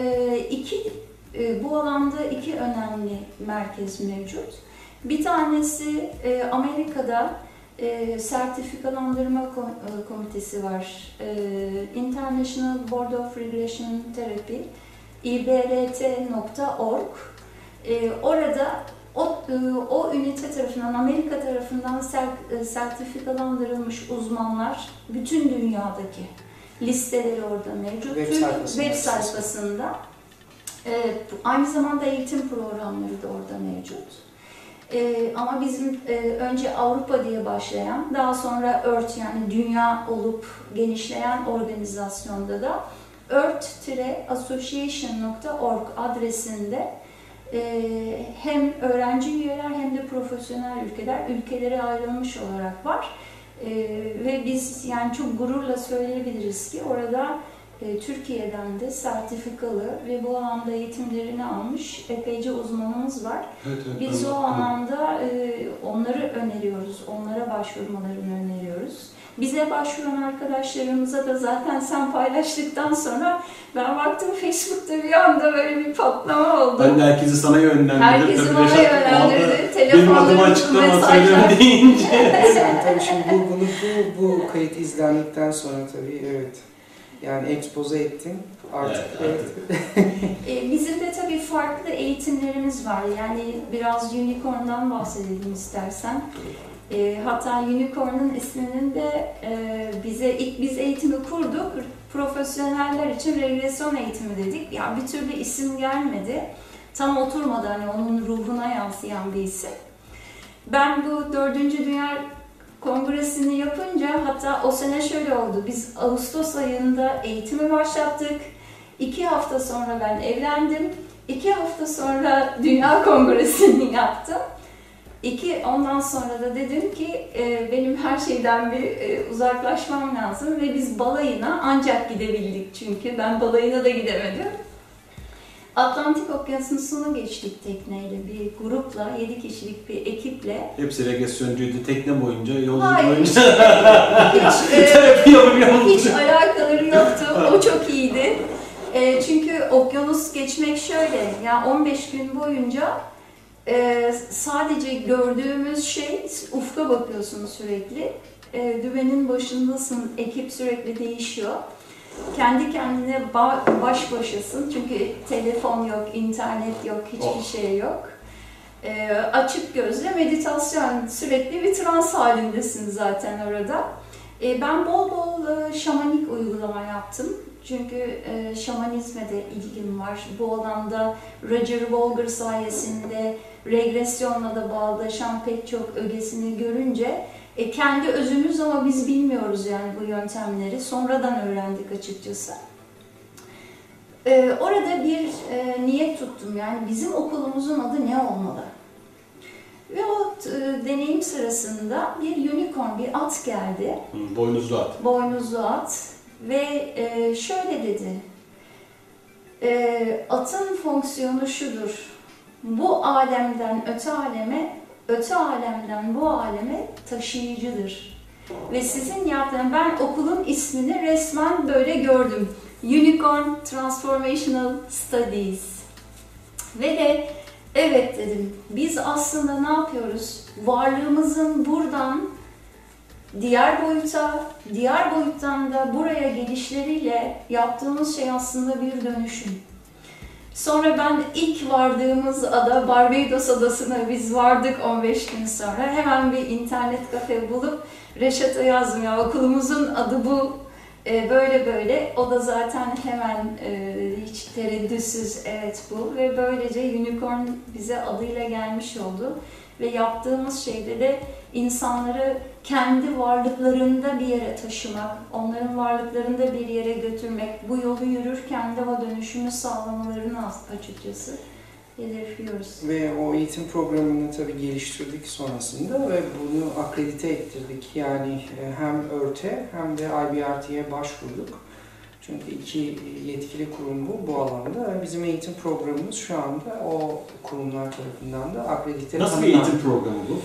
[SPEAKER 2] Bu alanda 2 önemli merkez mevcut. Bir tanesi Amerika'da sertifikalandırma komitesi var. International Board of Regression Therapy, ibrt.org. Orada o ünite tarafından, Amerika tarafından sertifikalandırılmış uzmanlar bütün dünyadaki listeleri orada mevcut. Web sayfasında. Aynı zamanda eğitim programları da orada mevcut. Ama bizim önce Avrupa diye başlayan, daha sonra Earth yani dünya olup genişleyen organizasyonda da earth-association.org adresinde hem öğrenci üyeler hem de profesyonel ülkelere ayrılmış olarak var. Ve biz yani çok gururla söyleyebiliriz ki orada Türkiye'den de sertifikalı ve bu alanda eğitimlerini almış epeyce uzmanımız var.
[SPEAKER 1] Evet,
[SPEAKER 2] Biz o anlamda onları öneriyoruz, onlara başvurmalarını öneriyoruz. Bize başvuran arkadaşlarımıza da zaten sen paylaştıktan sonra ben baktım Facebook'ta bir anda böyle bir patlama oldu.
[SPEAKER 1] Ben de herkesi sana yönlendirdim.
[SPEAKER 2] Herkesi bana yönlendirdi.
[SPEAKER 1] Benim adıma açıklama söyleme deyince.
[SPEAKER 3] Tabii şimdi bu kayıt izlendikten sonra tabii evet. Yani expose ettin artık.
[SPEAKER 1] Evet,
[SPEAKER 2] Bizim de tabii farklı eğitimlerimiz var. Yani biraz Unicorn'dan bahsedelim istersen. Hatta Unicorn'un isminin de ilk biz eğitimi kurduk. Profesyoneller için regresyon eğitimi dedik. Yani bir türlü isim gelmedi. Tam oturmadı, hani onun ruhuna yansıyan bir isim. Ben bu 4. Dünya Kongresi'ni yapınca, hatta o sene şöyle oldu. Biz Ağustos ayında eğitimi başlattık. 2 hafta sonra ben evlendim. 2 hafta sonra Dünya Kongresi'ni yaptım. Ondan sonra da dedim ki benim her şeyden bir uzaklaşmam lazım ve biz balayına ancak gidebildik, çünkü ben balayına da gidemedim. Atlantik Okyanusu'nu geçtik tekneyle, bir grupla, 7 kişilik bir ekiple.
[SPEAKER 1] Hepsi regresyoncuydu. Tekne boyunca, yolculuk
[SPEAKER 2] Hayır,
[SPEAKER 1] boyunca.
[SPEAKER 2] Hiç alakaları yoktu. O çok iyiydi. Çünkü okyanus geçmek şöyle, yani 15 gün boyunca sadece gördüğümüz şey, ufka bakıyorsun sürekli. Dümenin başındasın, ekip sürekli değişiyor. Kendi kendine baş başasın, çünkü telefon yok, internet yok, hiçbir şey yok. Açık gözle meditasyon, sürekli bir trans halindesin zaten orada. Ben bol bol şamanik uygulama yaptım. Çünkü şamanizme de ilgim var. Bu alanda Roger Walger sayesinde regresyonla da bağdaşan pek çok ögesini görünce kendi özümüz, ama biz bilmiyoruz yani bu yöntemleri. Sonradan öğrendik açıkçası. Orada bir niyet tuttum, yani bizim okulumuzun adı ne olmalı? Ve o deneyim sırasında bir unicorn, bir at geldi.
[SPEAKER 1] Boynuzlu at.
[SPEAKER 2] Boynuzlu at. Ve şöyle dedi, atın fonksiyonu şudur: bu alemden öte aleme, öte alemden bu aleme taşıyıcıdır. Ve sizin yaptığınız, ben okulun ismini resmen böyle gördüm. Unicorn Transformational Studies. Ve de evet dedim, biz aslında ne yapıyoruz? Varlığımızın buradan diğer boyuta, diğer boyuttan da buraya gelişleriyle yaptığımız şey aslında bir dönüşüm. Sonra ben ilk vardığımız ada, Barbados adasına biz vardık 15 gün sonra. Hemen bir internet kafe bulup Reşat'a yazdım, ya okulumuzun adı bu, böyle böyle. O da zaten hemen hiç tereddütsüz evet bu, ve böylece Unicorn bize adıyla gelmiş oldu. Ve yaptığımız şeyde de insanları kendi varlıklarında bir yere taşımak, onların varlıklarında bir yere götürmek, bu yolu yürürken de o dönüşümü sağlamalarını açıkçası hedefliyoruz.
[SPEAKER 3] Ve o eğitim programını tabii geliştirdik sonrasında ve bunu akredite ettirdik. Yani hem ÖRT'e hem de IBRT'ye başvurduk. Çünkü 2 yetkili kurum bu alanda. Bizim eğitim programımız şu anda o kurumlar tarafından da akredite.
[SPEAKER 1] Nasıl bir eğitim programı bu?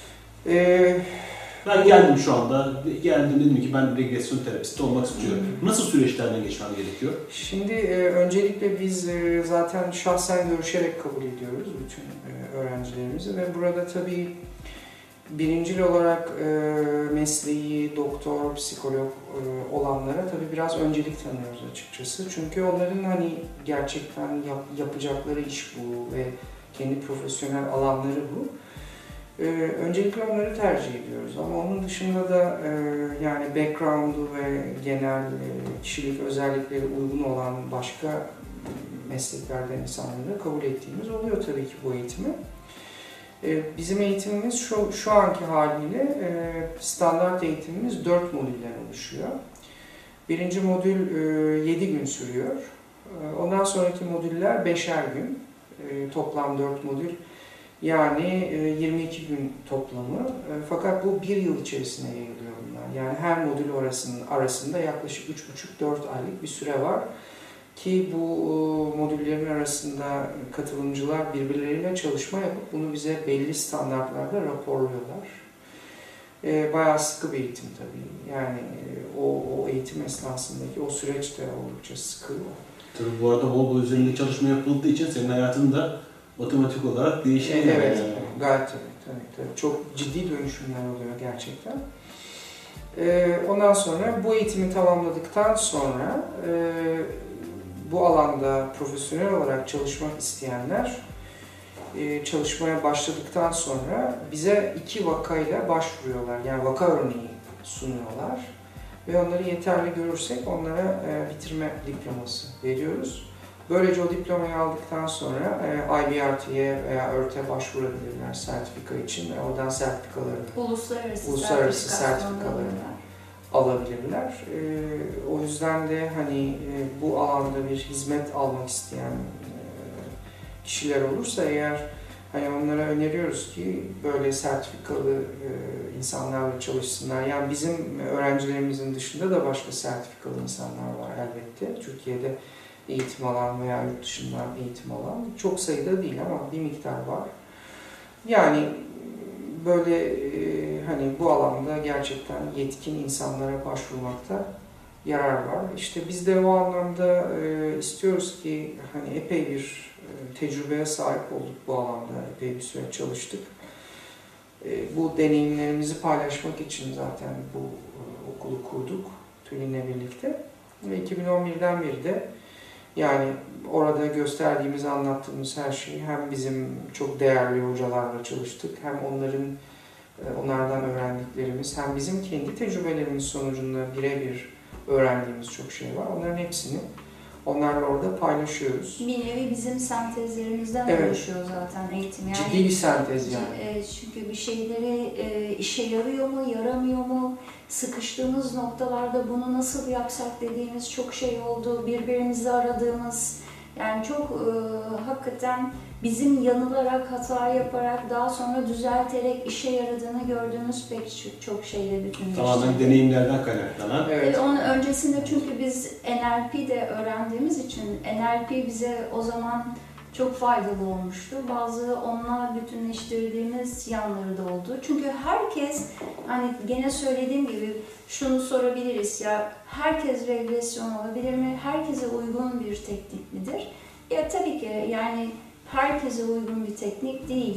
[SPEAKER 1] Ben geldim şu anda, dedim ki ben regresyon terapisti olmak istiyorum. Nasıl süreçlerden geçmem gerekiyor?
[SPEAKER 3] Şimdi öncelikle biz zaten şahsen görüşerek kabul ediyoruz bütün öğrencilerimizi ve burada tabii birincil olarak mesleği, doktor, psikolog olanlara tabii biraz öncelik tanıyoruz açıkçası. Çünkü onların hani gerçekten yapacakları iş bu ve kendi profesyonel alanları bu. Öncelikle onları tercih ediyoruz ama onun dışında da yani background'u ve genel kişilik özellikleri uygun olan başka mesleklerden insanları kabul ettiğimiz oluyor tabii ki bu eğitimi. Bizim eğitimimiz şu anki haliyle standart eğitimimiz 4 modülden oluşuyor. Birinci modül 7 gün sürüyor. Ondan sonraki modüller 5'er gün. Toplam 4 modül. Yani 22 gün toplamı. Fakat bu 1 yıl içerisinde yayılıyor bunlar. Yani her modül arasında yaklaşık 3,5-4 aylık bir süre var. Ki bu modüllerin arasında katılımcılar birbirleriyle çalışma yapıp bunu bize belli standartlarda raporluyorlar. Bayağı sıkı bir eğitim tabii. Yani o eğitim esnasındaki o süreç de oldukça sıkı.
[SPEAKER 1] Tabii bu arada bol bol üzerinde çalışma yapıldığı için senin hayatın da otomatik olarak değişiyor.
[SPEAKER 3] Evet, gayet tabii. Çok ciddi dönüşümler oluyor gerçekten. Ondan sonra bu eğitimi tamamladıktan sonra bu alanda profesyonel olarak çalışmak isteyenler çalışmaya başladıktan sonra bize 2 vakayla başvuruyorlar. Yani vaka örneği sunuyorlar. Ve onları yeterli görürsek onlara bitirme diploması veriyoruz. Böylece o diplomayı aldıktan sonra IBRT'ye veya ÖRT'e başvurabilirler sertifika için ve oradan sertifikalarını, uluslararası sertifikalarını alabilirler. O yüzden de hani bu alanda bir hizmet almak isteyen kişiler olursa eğer hani onlara öneriyoruz ki böyle sertifikalı insanlarla çalışsınlar. Yani bizim öğrencilerimizin dışında da başka sertifikalı insanlar var elbette. Türkiye'de eğitim alan veya yurt dışından eğitim alan çok sayıda değil ama bir miktar var. Yani böyle hani bu alanda gerçekten yetkin insanlara başvurmakta yarar var. İşte biz de o anlamda istiyoruz ki hani epey bir tecrübeye sahip olduk bu alanda, epey bir süre çalıştık. Bu deneyimlerimizi paylaşmak için zaten bu okulu kurduk TÜLİN'le birlikte. Ve 2011'den beri de yani orada gösterdiğimiz, anlattığımız her şeyi hem bizim çok değerli hocalarla çalıştık, hem onlardan öğrendiklerimiz, hem bizim kendi tecrübelerimiz sonucunda birebir öğrendiğimiz çok şey var. Onların hepsini onlarla orada paylaşıyoruz.
[SPEAKER 2] Bir nevi bizim sentezlerimizden oluşuyor zaten eğitim. Yani,
[SPEAKER 3] ciddi bir sentez yani.
[SPEAKER 2] Çünkü bir şeyleri işe yarıyor mu, yaramıyor mu, sıkıştığımız noktalarda bunu nasıl yapsak dediğimiz çok şey oldu. Birbirimizi aradığımız, yani çok hakikaten bizim yanılarak, hata yaparak, daha sonra düzelterek işe yaradığını gördüğümüz pek çok şeyle bütünleşti.
[SPEAKER 1] Tamamen deneyimlerden kaynaklanan.
[SPEAKER 3] Evet.
[SPEAKER 2] Onun öncesinde çünkü biz NLP'de öğrendiğimiz için NLP bize o zaman çok faydalı olmuştu. Bazı onunla bütünleştirdiğimiz yanları da oldu. Çünkü herkes, hani gene söylediğim gibi şunu sorabiliriz ya, herkes regresyon olabilir mi? Herkese uygun bir teknik midir? Ya tabii ki yani herkese uygun bir teknik değil.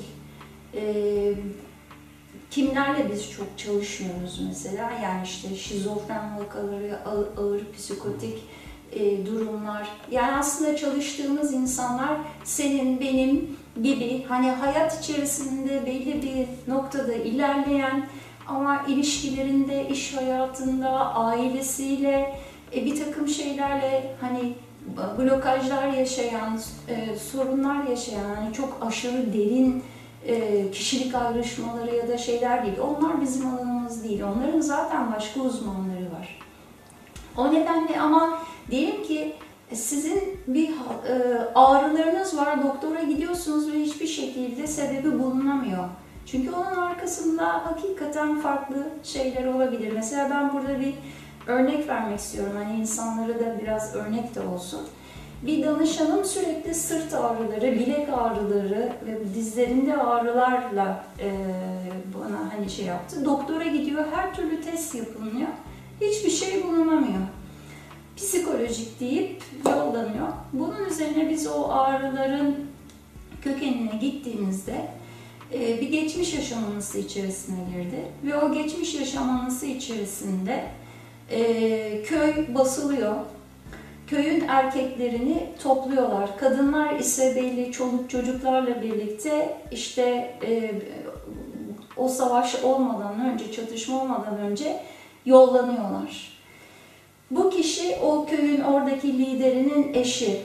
[SPEAKER 2] Kimlerle biz çok çalışmıyoruz mesela? Yani işte şizofren vakaları, ağır psikotik durumlar. Yani aslında çalıştığımız insanlar senin, benim gibi hani hayat içerisinde belli bir noktada ilerleyen ama ilişkilerinde, iş hayatında, ailesiyle bir takım şeylerle hani blokajlar yaşayan, sorunlar yaşayan, hani çok aşırı derin kişilik ayrışmaları ya da şeyler değil. Onlar bizim alanımız değil. Onların zaten başka uzmanları var. O nedenle ama diyelim ki sizin bir ağrılarınız var, doktora gidiyorsunuz ve hiçbir şekilde sebebi bulunamıyor. Çünkü onun arkasında hakikaten farklı şeyler olabilir. Mesela ben burada bir örnek vermek istiyorum. Hani insanlara da biraz örnek de olsun. Bir danışanım sürekli sırt ağrıları, bilek ağrıları ve dizlerinde ağrılarla bana hani şey yaptı. Doktora gidiyor, her türlü test yapılıyor. Hiçbir şey bulunamıyor. Psikolojik deyip yollanıyor. Bunun üzerine biz o ağrıların kökenine gittiğimizde bir geçmiş yaşaması içerisine girdi. Ve o geçmiş yaşaması içerisinde köy basılıyor. Köyün erkeklerini topluyorlar. Kadınlar ise belli çoluk çocuklarla birlikte işte o savaş olmadan önce, çatışma olmadan önce yollanıyorlar. Bu kişi o köyün oradaki liderinin eşi.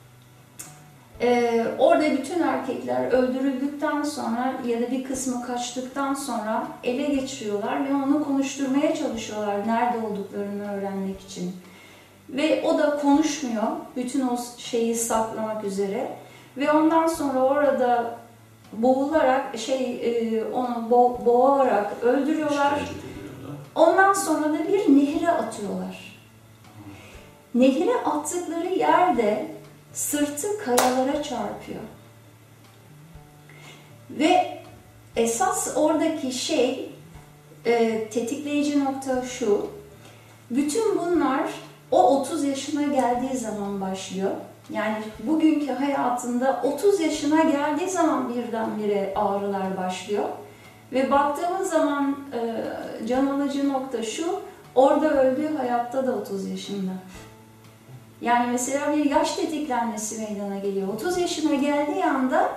[SPEAKER 2] Orada bütün erkekler öldürüldükten sonra ya da bir kısmı kaçtıktan sonra ele geçiriyorlar ve onu konuşturmaya çalışıyorlar nerede olduklarını öğrenmek için. Ve o da konuşmuyor, bütün o şeyi saklamak üzere. Ve ondan sonra orada boğularak, onu boğarak öldürüyorlar. Ondan sonra da bir nehre atıyorlar. Nehre attıkları yerde sırtı kayalara çarpıyor. Ve esas oradaki şey, tetikleyici nokta şu, bütün bunlar o 30 yaşına geldiği zaman başlıyor. Yani bugünkü hayatında 30 yaşına geldiği zaman birdenbire ağrılar başlıyor. Ve baktığımız zaman can alıcı nokta şu, orada öldüğü hayatta da 30 yaşında. Yani mesela bir yaş tetiklenmesi meydana geliyor. 30 yaşına geldiği anda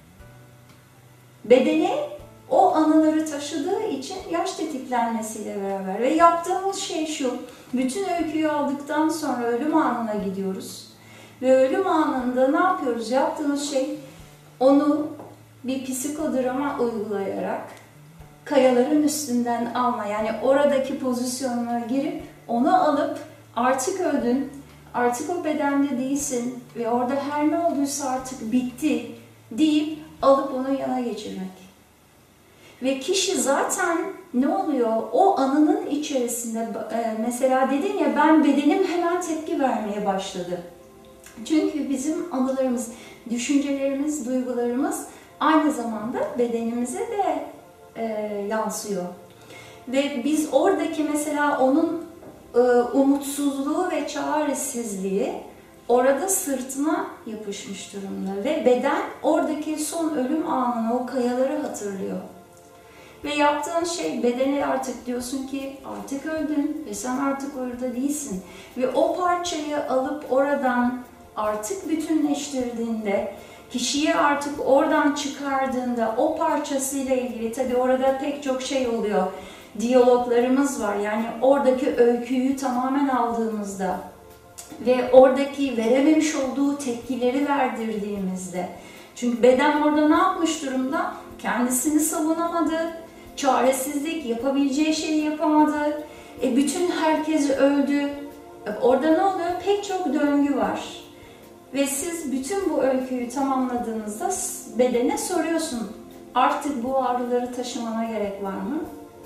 [SPEAKER 2] bedeni o anıları taşıdığı için yaş tetiklenmesiyle beraber. Ve yaptığımız şey şu, bütün öyküyü aldıktan sonra ölüm anına gidiyoruz. Ve ölüm anında ne yapıyoruz? Yaptığımız şey onu bir psikodrama uygulayarak kayaların üstünden alma. Yani oradaki pozisyonuna girip onu alıp artık öldün, artık o bedende değilsin ve orada her ne olduysa artık bitti deyip alıp onu yana geçirmek. Ve kişi zaten ne oluyor? O anının içerisinde mesela dedin ya ben bedenim hemen tepki vermeye başladı. Çünkü bizim anılarımız, düşüncelerimiz, duygularımız aynı zamanda bedenimize de yansıyor. Ve biz oradaki mesela onun umutsuzluğu ve çaresizliği orada sırtına yapışmış durumda. Ve beden oradaki son ölüm anını, o kayaları hatırlıyor. Ve yaptığın şey bedene artık diyorsun ki artık öldün ve sen artık orada değilsin. Ve o parçayı alıp oradan artık bütünleştirdiğinde, kişiyi artık oradan çıkardığında o parçasıyla ilgili tabii orada pek çok şey oluyor. Diyaloglarımız var. Yani oradaki öyküyü tamamen aldığımızda ve oradaki verememiş olduğu tepkileri verdirdiğimizde. Çünkü beden orada ne yapmış durumda? Kendisini savunamadı, çaresizlik, yapabileceği şeyi yapamadı. Bütün herkes öldü. Orada ne oluyor? Pek çok döngü var. Ve siz bütün bu öyküyü tamamladığınızda bedene soruyorsun. Artık bu ağrıları taşımana gerek var mı?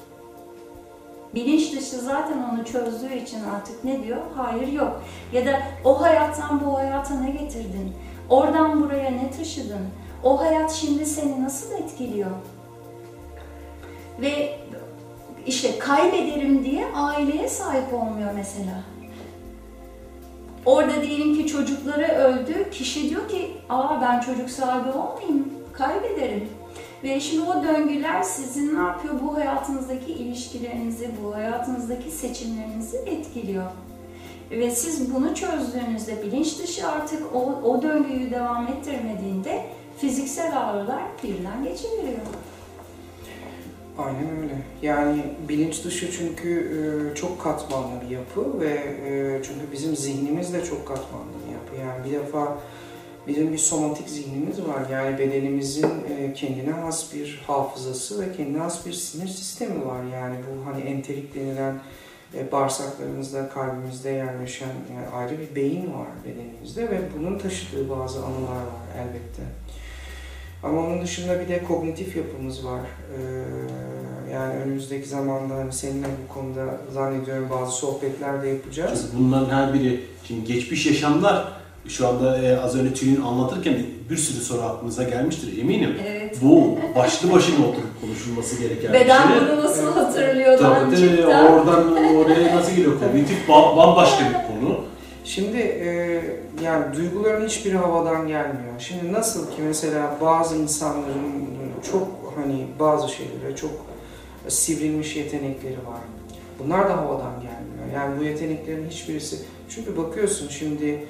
[SPEAKER 2] Bilinç dışı zaten onu çözdüğü için artık ne diyor? Hayır yok. Ya da o hayattan bu hayata ne getirdin? Oradan buraya ne taşıdın? O hayat şimdi seni nasıl etkiliyor? Ve işte kaybederim diye aileye sahip olmuyor mesela. Orada diyelim ki çocukları öldü, kişi diyor ki ben çocuk sahibi olmayayım, kaybederim. Ve şimdi o döngüler sizin ne yapıyor? Bu hayatınızdaki ilişkilerinizi, bu hayatınızdaki seçimlerinizi etkiliyor. Ve siz bunu çözdüğünüzde bilinç dışı artık o döngüyü devam ettirmediğinde fiziksel ağrılar birden geçiveriyor.
[SPEAKER 3] Aynen öyle. Yani bilinç dışı çünkü çok katmanlı bir yapı ve çünkü bizim zihnimiz de çok katmanlı bir yapı. Yani bir defa bizim bir somatik zihnimiz var. Yani bedenimizin kendine has bir hafızası ve kendine has bir sinir sistemi var. Yani bu hani enterik denilen bağırsaklarımızda, kalbimizde yerleşen ayrı bir beyin var bedenimizde ve bunun taşıdığı bazı anılar var elbette. Ama onun dışında bir de kognitif yapımız var. Yani önümüzdeki zamanda hani seninle bu konuda zannediyorum bazı sohbetler de yapacağız.
[SPEAKER 1] Çünkü bunların her biri, şimdi geçmiş yaşamlar şu anda az önce Tülin anlatırken bir sürü soru aklınıza gelmiştir eminim.
[SPEAKER 2] Evet.
[SPEAKER 1] Bu başlı başına oturup konuşulması gereken bir şey.
[SPEAKER 2] Beden bunu nasıl hatırlıyor?
[SPEAKER 1] Tabii oradan oraya nasıl geliyor? Kognitif bambaşka bir konu.
[SPEAKER 3] Şimdi yani duyguların hiçbiri havadan gelmiyor. Şimdi nasıl ki mesela bazı insanların çok hani bazı şeylere çok sivrilmiş yetenekleri var. Bunlar da havadan gelmiyor. Yani bu yeteneklerin hiçbirisi. Çünkü bakıyorsun şimdi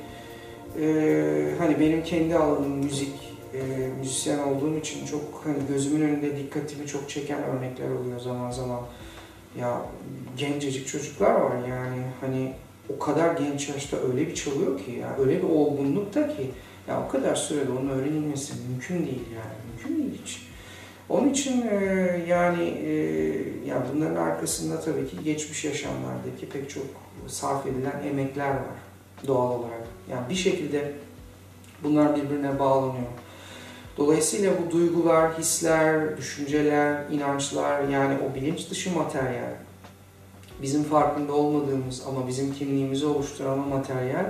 [SPEAKER 3] hani benim kendi alanım müzik, müzisyen olduğum için çok hani gözümün önünde dikkatimi çok çeken örnekler oluyor zaman zaman. Ya gencecik çocuklar var yani hani o kadar genç yaşta öyle bir çalıyor ki ya öyle bir olgunlukta ki ya o kadar sürede onun öğrenilmesi mümkün değil yani mümkün değil hiç. Onun için yani bunların arkasında tabii ki geçmiş yaşamlardaki pek çok sarf edilen emekler var doğal olarak. Yani bir şekilde bunlar birbirine bağlanıyor. Dolayısıyla bu duygular, hisler, düşünceler, inançlar yani o bilinç dışı materyal bizim farkında olmadığımız ama bizim kimliğimizi oluşturan o materyal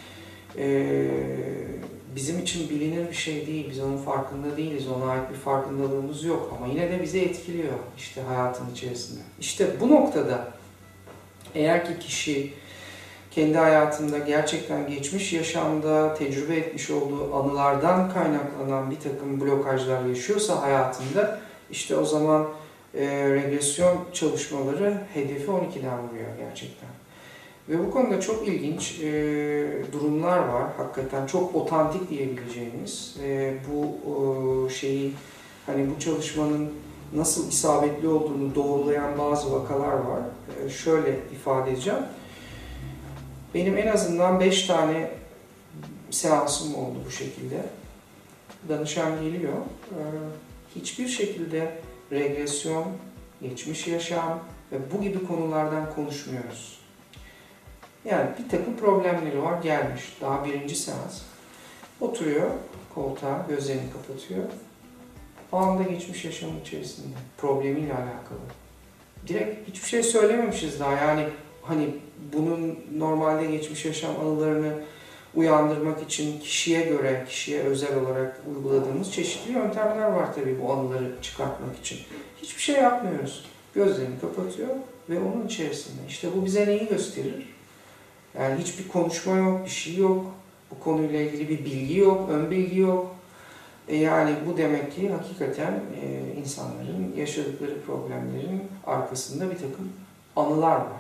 [SPEAKER 3] bizim için bilinir bir şey değil. Biz onun farkında değiliz. Ona ait bir farkındalığımız yok. Ama yine de bizi etkiliyor işte hayatın içerisinde. İşte bu noktada eğer ki kişi kendi hayatında gerçekten geçmiş yaşamda tecrübe etmiş olduğu anılardan kaynaklanan bir takım blokajlar yaşıyorsa hayatında işte o zaman regresyon çalışmaları hedefi 12'den vuruyor gerçekten. Ve bu konuda çok ilginç durumlar var. Hakikaten çok otantik diyebileceğimiz. Bu şeyi, hani bu çalışmanın nasıl isabetli olduğunu doğrulayan bazı vakalar var. Şöyle ifade edeceğim. Benim en azından 5 tane seansım oldu bu şekilde. Danışan geliyor. Hiçbir şekilde regresyon, geçmiş yaşam ve bu gibi konulardan konuşmuyoruz. Yani bir takım problemleri var, gelmiş. Daha birinci seans. Oturuyor koltuğa, gözlerini kapatıyor. O anda geçmiş yaşamın içerisinde. Problemiyle alakalı. Direkt hiçbir şey söylememişiz daha. Yani hani bunun normalde geçmiş yaşam anılarını uyandırmak için kişiye göre, kişiye özel olarak uyguladığımız çeşitli yöntemler var tabii bu anıları çıkartmak için. Hiçbir şey yapmıyoruz. Gözlerini kapatıyor ve onun içerisinde. İşte bu bize neyi gösterir? Yani hiçbir konuşma yok, bir şey yok. Bu konuyla ilgili bir bilgi yok, ön bilgi yok. Yani bu demek ki hakikaten insanların yaşadıkları problemlerin arkasında bir takım anılar var.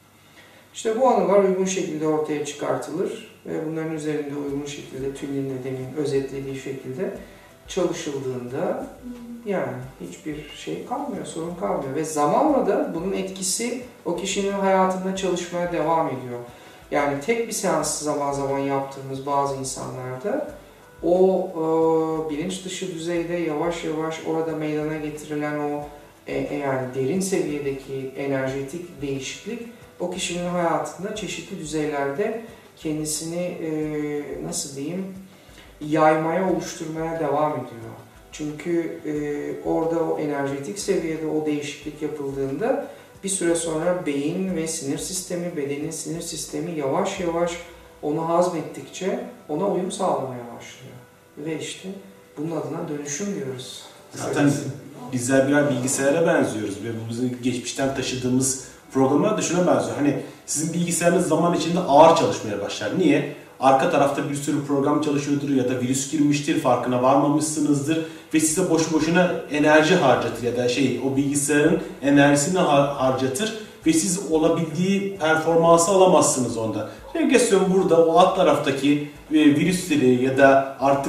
[SPEAKER 3] İşte bu anılar uygun şekilde ortaya çıkartılır ve bunların üzerinde uygun şekilde tümünün demin özetlediği şekilde çalışıldığında yani hiçbir şey kalmıyor, sorun kalmıyor. Ve zamanla da bunun etkisi o kişinin hayatında çalışmaya devam ediyor. Yani tek bir seans zaman zaman yaptığımız bazı insanlarda o bilinç dışı düzeyde yavaş yavaş orada meydana getirilen o yani derin seviyedeki enerjetik değişiklik o kişinin hayatında çeşitli düzeylerde kendisini nasıl diyeyim yaymaya, oluşturmaya devam ediyor. Çünkü orada o enerjetik seviyede o değişiklik yapıldığında bir süre sonra beyin ve sinir sistemi, bedenin sinir sistemi yavaş yavaş onu hazmettikçe ona uyum sağlamaya başlıyor. Ve işte bunun adına dönüşüm diyoruz.
[SPEAKER 1] Zaten bizler birer bilgisayara benziyoruz ve bu bizim geçmişten taşıdığımız programlar da şuna benziyor. Hani sizin bilgisayarınız zaman içinde ağır çalışmaya başlar. Niye? Arka tarafta bir sürü program çalışıyordur ya da virüs girmiştir, farkına varmamışsınızdır ve size boşu boşuna enerji harcatır ya da o bilgisayarın enerjisini harcatır ve siz olabildiği performansı alamazsınız ondan. Regresyon burada o alt taraftaki virüsleri ya da artık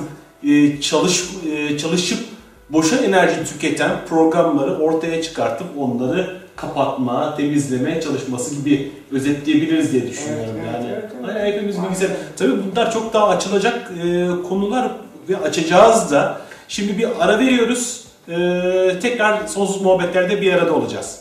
[SPEAKER 1] çalışıp boşa enerji tüketen programları ortaya çıkartıp onları kapatma, temizleme çalışması gibi özetleyebiliriz diye düşünüyorum. Evet. Hepimiz bilgisayar. Tabii bunlar çok daha açılacak konular ve açacağız da. Şimdi bir ara veriyoruz. Tekrar sonsuz muhabbetlerde bir arada olacağız.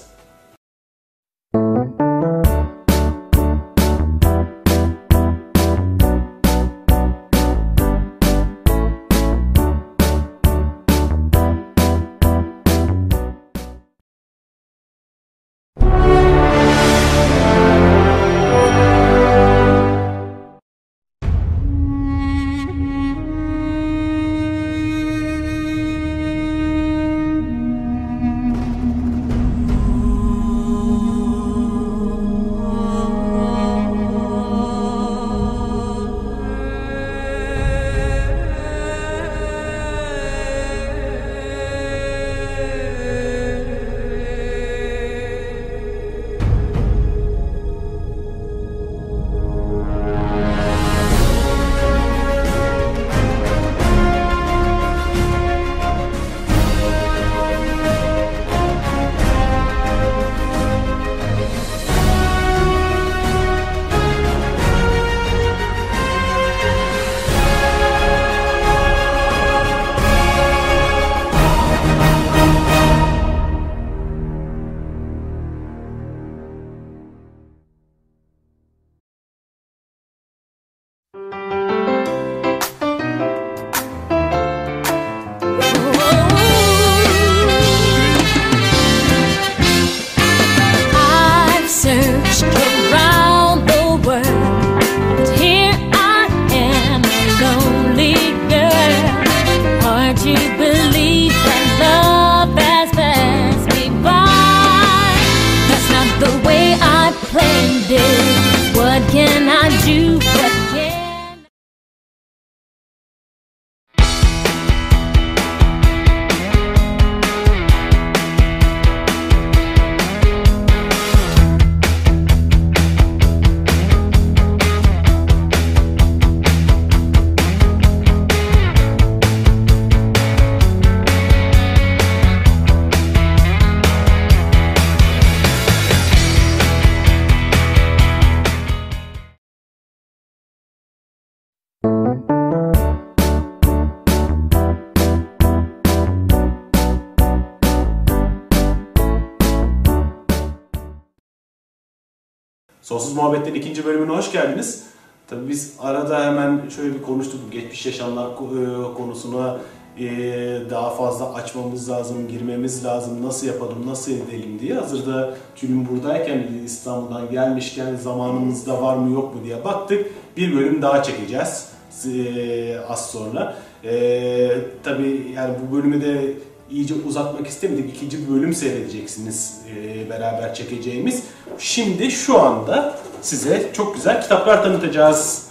[SPEAKER 1] Sonsuz Muhabbet'ten ikinci bölümüne hoş geldiniz. Tabii biz arada hemen şöyle bir konuştuk, bu geçmiş yaşamlar konusuna daha fazla açmamız lazım, girmemiz lazım, nasıl yapalım, nasıl edelim diye. Hazırda Tülin buradayken, İstanbul'dan gelmişken zamanımız da var mı yok mu diye baktık. Bir bölüm daha çekeceğiz az sonra. Tabii yani bu bölümü de iyice uzatmak istemedik. İkinci bir bölüm seyredeceksiniz beraber çekeceğimiz. Şimdi şu anda size çok güzel kitaplar tanıtacağız.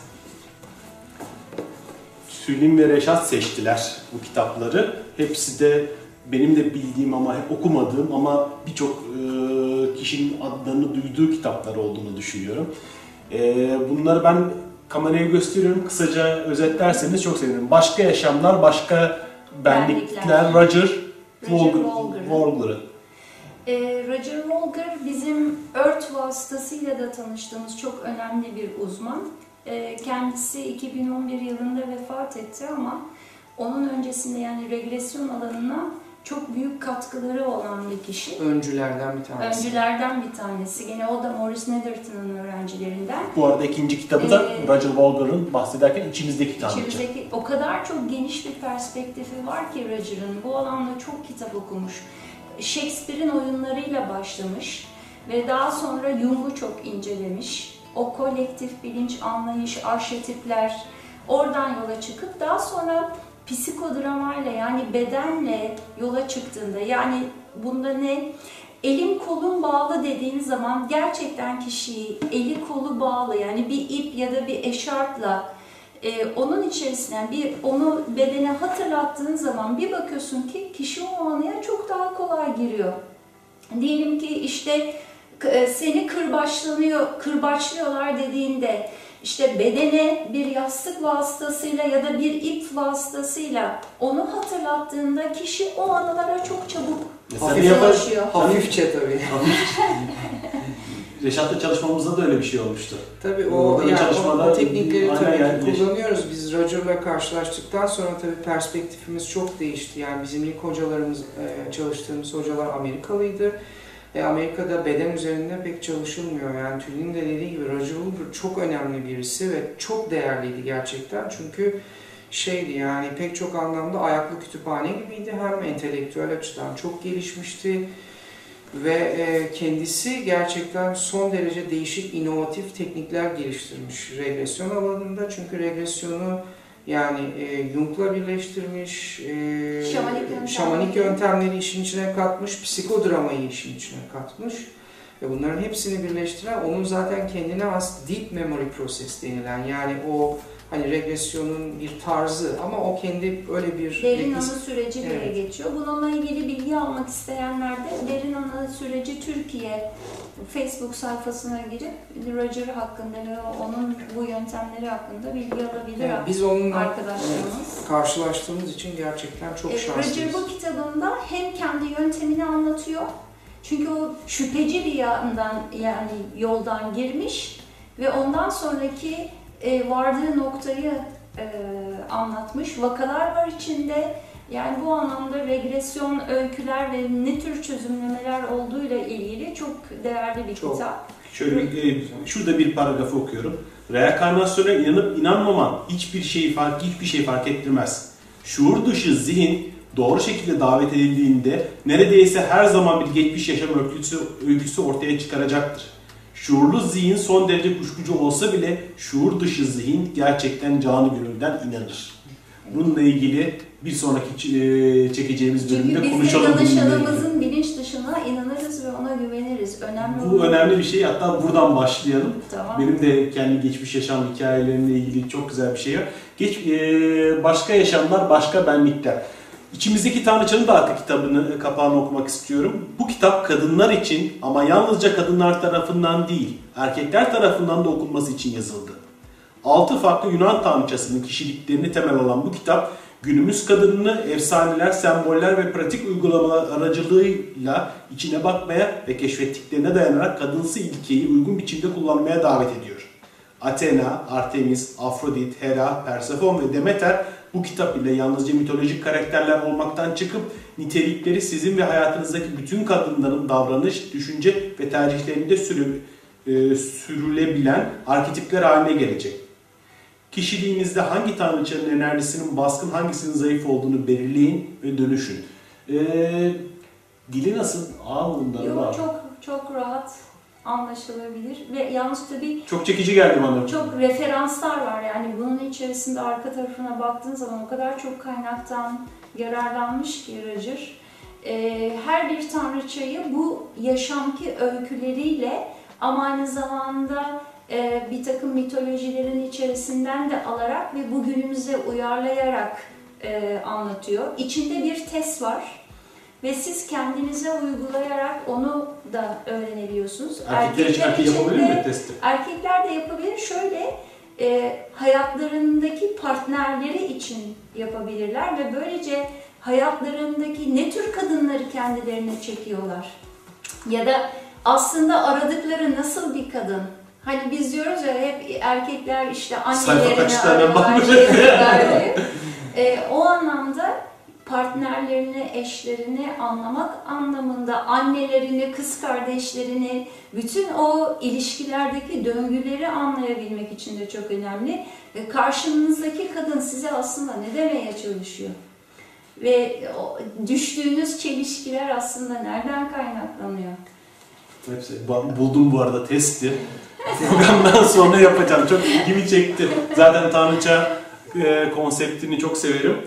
[SPEAKER 1] Tülin ve Reşat seçtiler bu kitapları. Hepsi de benim de bildiğim ama okumadığım ama birçok kişinin adlarını duyduğu kitaplar olduğunu düşünüyorum. Bunları ben kameraya gösteriyorum. Kısaca özetlerseniz çok sevinirim. Başka Yaşamlar, Başka Benlikler, Roger Walger'ın.
[SPEAKER 2] Roger Walger bizim Earth vasıtasıyla da tanıştığımız çok önemli bir uzman. Kendisi 2011 yılında vefat etti ama onun öncesinde yani regresyon alanına çok büyük katkıları olan bir kişi.
[SPEAKER 3] Öncülerden bir tanesi. Gene o da Maurice Netherton'un öğrencilerinden.
[SPEAKER 1] Bu arada ikinci kitabı da Roger Walger'ın bahsederken içimizdeki tanrıça.
[SPEAKER 2] O kadar çok geniş bir perspektifi var ki Roger'ın. Bu alanda çok kitap okumuş. Shakespeare'in oyunlarıyla başlamış ve daha sonra Jung'u çok incelemiş. O kolektif bilinç, anlayış, arşetipler oradan yola çıkıp daha sonra psikodramayla yani bedenle yola çıktığında yani bunda ne? Elim kolum bağlı dediğiniz zaman gerçekten kişiyi eli kolu bağlı yani bir ip ya da bir eşarpla onun içerisinden onu bedene hatırlattığın zaman bir bakıyorsun ki kişi o anıya çok daha kolay giriyor. Diyelim ki işte seni kırbaçlıyorlar dediğinde işte bedene bir yastık vasıtasıyla ya da bir ip vasıtasıyla onu hatırlattığında kişi o anılara çok çabuk ulaşıyor.
[SPEAKER 3] Hafifçe tabii.
[SPEAKER 1] Reşat'la çalışmamızda da öyle bir şey olmuştu.
[SPEAKER 3] Tabii o teknikleri tabii kullanıyoruz. Biz Roger'la karşılaştıktan sonra tabii perspektifimiz çok değişti. Yani bizim ilk hocalarımız, çalıştığımız hocalar Amerikalıydı. Amerika'da beden üzerinde pek çalışılmıyor. Yani Tülin'in de dediği gibi Roger Walger çok önemli birisi ve çok değerliydi gerçekten. Çünkü yani pek çok anlamda ayaklı kütüphane gibiydi. Hem entelektüel açıdan çok gelişmişti. Ve kendisi gerçekten son derece değişik, inovatif teknikler geliştirmiş regresyon alanında. Çünkü regresyonu yani Jung'la birleştirmiş, şamanik yöntemleri işin içine katmış, psikodramayı işin içine katmış. Ve bunların hepsini birleştiren, onun zaten kendine has deep memory process denilen yani o hani regresyonun bir tarzı ama o kendi öyle bir...
[SPEAKER 2] Derin anı süreci diye geçiyor. Bununla ilgili bilgi almak isteyenler de Derin Anı Süreci Türkiye Facebook sayfasına girip Roger hakkında ve onun bu yöntemleri hakkında bilgi alabilir
[SPEAKER 3] biz onunla
[SPEAKER 2] arkadaşlarımız.
[SPEAKER 3] Karşılaştığımız için gerçekten çok şanslıyız.
[SPEAKER 2] Roger bu kitabında hem kendi yöntemini anlatıyor. Çünkü o şüpheci bir yoldan girmiş ve ondan sonraki vardığı noktayı anlatmış. Vakalar var içinde. Yani bu anlamda regresyon öyküler ve ne tür çözümlemeler olduğuyla ilgili çok değerli bir kitap.
[SPEAKER 1] Şöyle şurada bir paragrafı okuyorum. Reenkarnasyona inanıp inanmaman hiçbir şey fark ettirmez. Şuur dışı zihin doğru şekilde davet edildiğinde neredeyse her zaman bir geçmiş yaşam öyküsü ortaya çıkaracaktır. Şuurlu zihin son derece kuşkucu olsa bile şuur dışı zihin gerçekten canı gönülden inanır. Bununla ilgili bir sonraki çekeceğimiz bölümde konuşalım.
[SPEAKER 2] Çünkü biz de danışanımızın bilinç dışına inanırız ve ona güveniriz.
[SPEAKER 1] Bu önemli bir şey. Hatta buradan başlayalım.
[SPEAKER 2] Tamam.
[SPEAKER 1] Benim de kendi geçmiş yaşam hikayelerimle ilgili çok güzel bir şey var. Başka Yaşamlar, Başka Benlikler. İçimizdeki Tanrıçanın da arka kitabını, kapağını okumak istiyorum. Bu kitap kadınlar için ama yalnızca kadınlar tarafından değil, erkekler tarafından da okunması için yazıldı. 6 farklı Yunan tanrıçasının kişiliklerini temel alan bu kitap, günümüz kadınını efsaneler, semboller ve pratik uygulamalar aracılığıyla içine bakmaya ve keşfettiklerine dayanarak kadınsı ilkeyi uygun biçimde kullanmaya davet ediyor. Athena, Artemis, Afrodit, Hera, Persephone ve Demeter bu kitap ile yalnızca mitolojik karakterler olmaktan çıkıp nitelikleri sizin ve hayatınızdaki bütün kadınların davranış, düşünce ve tercihlerinde sürülebilen arketipler haline gelecek. Kişiliğinizde hangi tanrıçanın enerjisinin baskın, hangisinin zayıf olduğunu belirleyin ve dönüşün. Dili nasıl? Bundan var.
[SPEAKER 2] Çok rahat anlaşılabilir ve yalnız tabii
[SPEAKER 1] çok çekici geldi bana.
[SPEAKER 2] Çok referanslar var yani bunun içerisinde arka tarafına baktığın zaman o kadar çok kaynaktan yararlanmış ki Roger. Her bir tanrıçayı bu yaşamki öyküleriyle ama aynı zamanda bir takım mitolojilerin içerisinden de alarak ve bugünümüze uyarlayarak anlatıyor. İçinde bir test var. Ve siz kendinize uygulayarak onu da öğrenebiliyorsunuz.
[SPEAKER 1] Erkekler için yapabilir mi testi?
[SPEAKER 2] Erkekler de yapabilir. Şöyle hayatlarındaki partnerleri için yapabilirler ve böylece hayatlarındaki ne tür kadınları kendilerine çekiyorlar. Ya da aslında aradıkları nasıl bir kadın? Hani biz diyoruz ya hep erkekler işte annelerini arıyorlar. O anlamda partnerlerini, eşlerini anlamak anlamında annelerini, kız kardeşlerini, bütün o ilişkilerdeki döngüleri anlayabilmek için de çok önemli. Ve karşınızdaki kadın size aslında ne demeye çalışıyor? Ve düştüğünüz çelişkiler aslında nereden kaynaklanıyor?
[SPEAKER 1] Hepsi. Buldum bu arada testi. Programdan sonra yapacağım. Çok ilgimi çekti. Zaten tanrıça konseptini çok severim.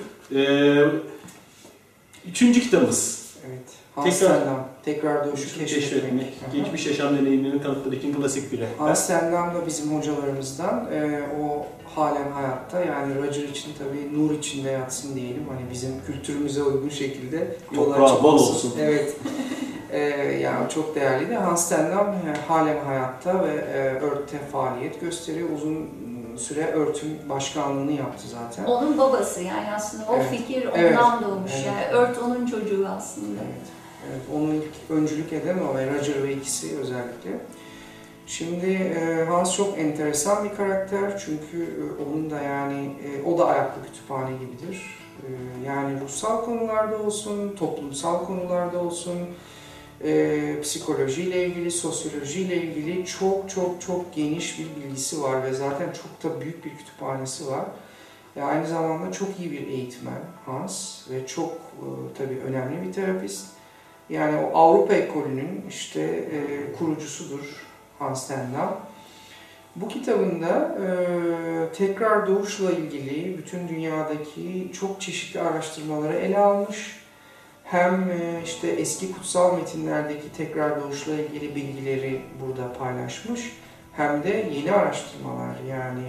[SPEAKER 1] Üçüncü kitabımız.
[SPEAKER 3] Evet. Tekrar doğuşu keşfetmek.
[SPEAKER 1] Geçmiş yaşam deneyimlerini kanıtladığı için klasik biri.
[SPEAKER 3] Hans Stendhal da bizim hocalarımızdan. O halen hayatta. Yani Roger için tabii nur içinde yatsın diyelim. Hani bizim kültürümüze uygun şekilde
[SPEAKER 1] yola bol olsun.
[SPEAKER 3] Evet. Yani çok değerliydi. Hans Stendhal halen hayatta ve Ört'te faaliyet gösteriyor. Uzun süre Ört'ün başkanlığını yaptı zaten.
[SPEAKER 2] Onun babası yani aslında o fikir ondan doğmuş. Yani Ört onun çocuğu aslında.
[SPEAKER 3] Evet, onun ilk öncülük eden o ve Roger ve ikisi özellikle. Şimdi Hans çok enteresan bir karakter çünkü onun da yani o da ayaklı kütüphane gibidir. Yani ruhsal konularda olsun, toplumsal konularda olsun, psikolojiyle ilgili, sosyolojiyle ilgili çok geniş bir bilgisi var ve zaten çok da büyük bir kütüphanesi var. Aynı zamanda çok iyi bir eğitmen Hans ve çok tabii önemli bir terapist. Yani o Avrupa ekolünün işte kurucusudur Hans Stendhal. Bu kitabında tekrar doğuşla ilgili bütün dünyadaki çok çeşitli araştırmaları ele almış. Hem işte eski kutsal metinlerdeki tekrar doğuşla ilgili bilgileri burada paylaşmış. Hem de yeni araştırmalar yani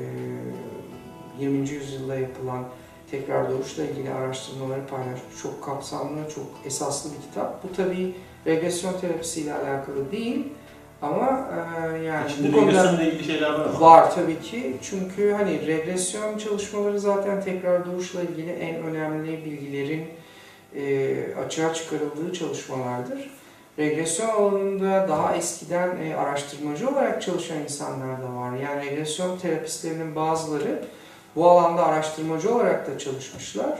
[SPEAKER 3] 20. yüzyılda yapılan tekrar doğuşla ilgili araştırmaları paylaşmış. Çok kapsamlı, çok esaslı bir kitap. Bu tabii regresyon terapisiyle alakalı değil. Ama yani
[SPEAKER 1] içinde regresyonla ilgili şeyler var mı?
[SPEAKER 3] Var tabii ki. Çünkü hani regresyon çalışmaları zaten tekrar doğuşla ilgili en önemli bilgilerin açığa çıkarıldığı çalışmalardır. Regresyon alanında daha eskiden araştırmacı olarak çalışan insanlar da var. Yani regresyon terapistlerinin bazıları bu alanda araştırmacı olarak da çalışmışlar.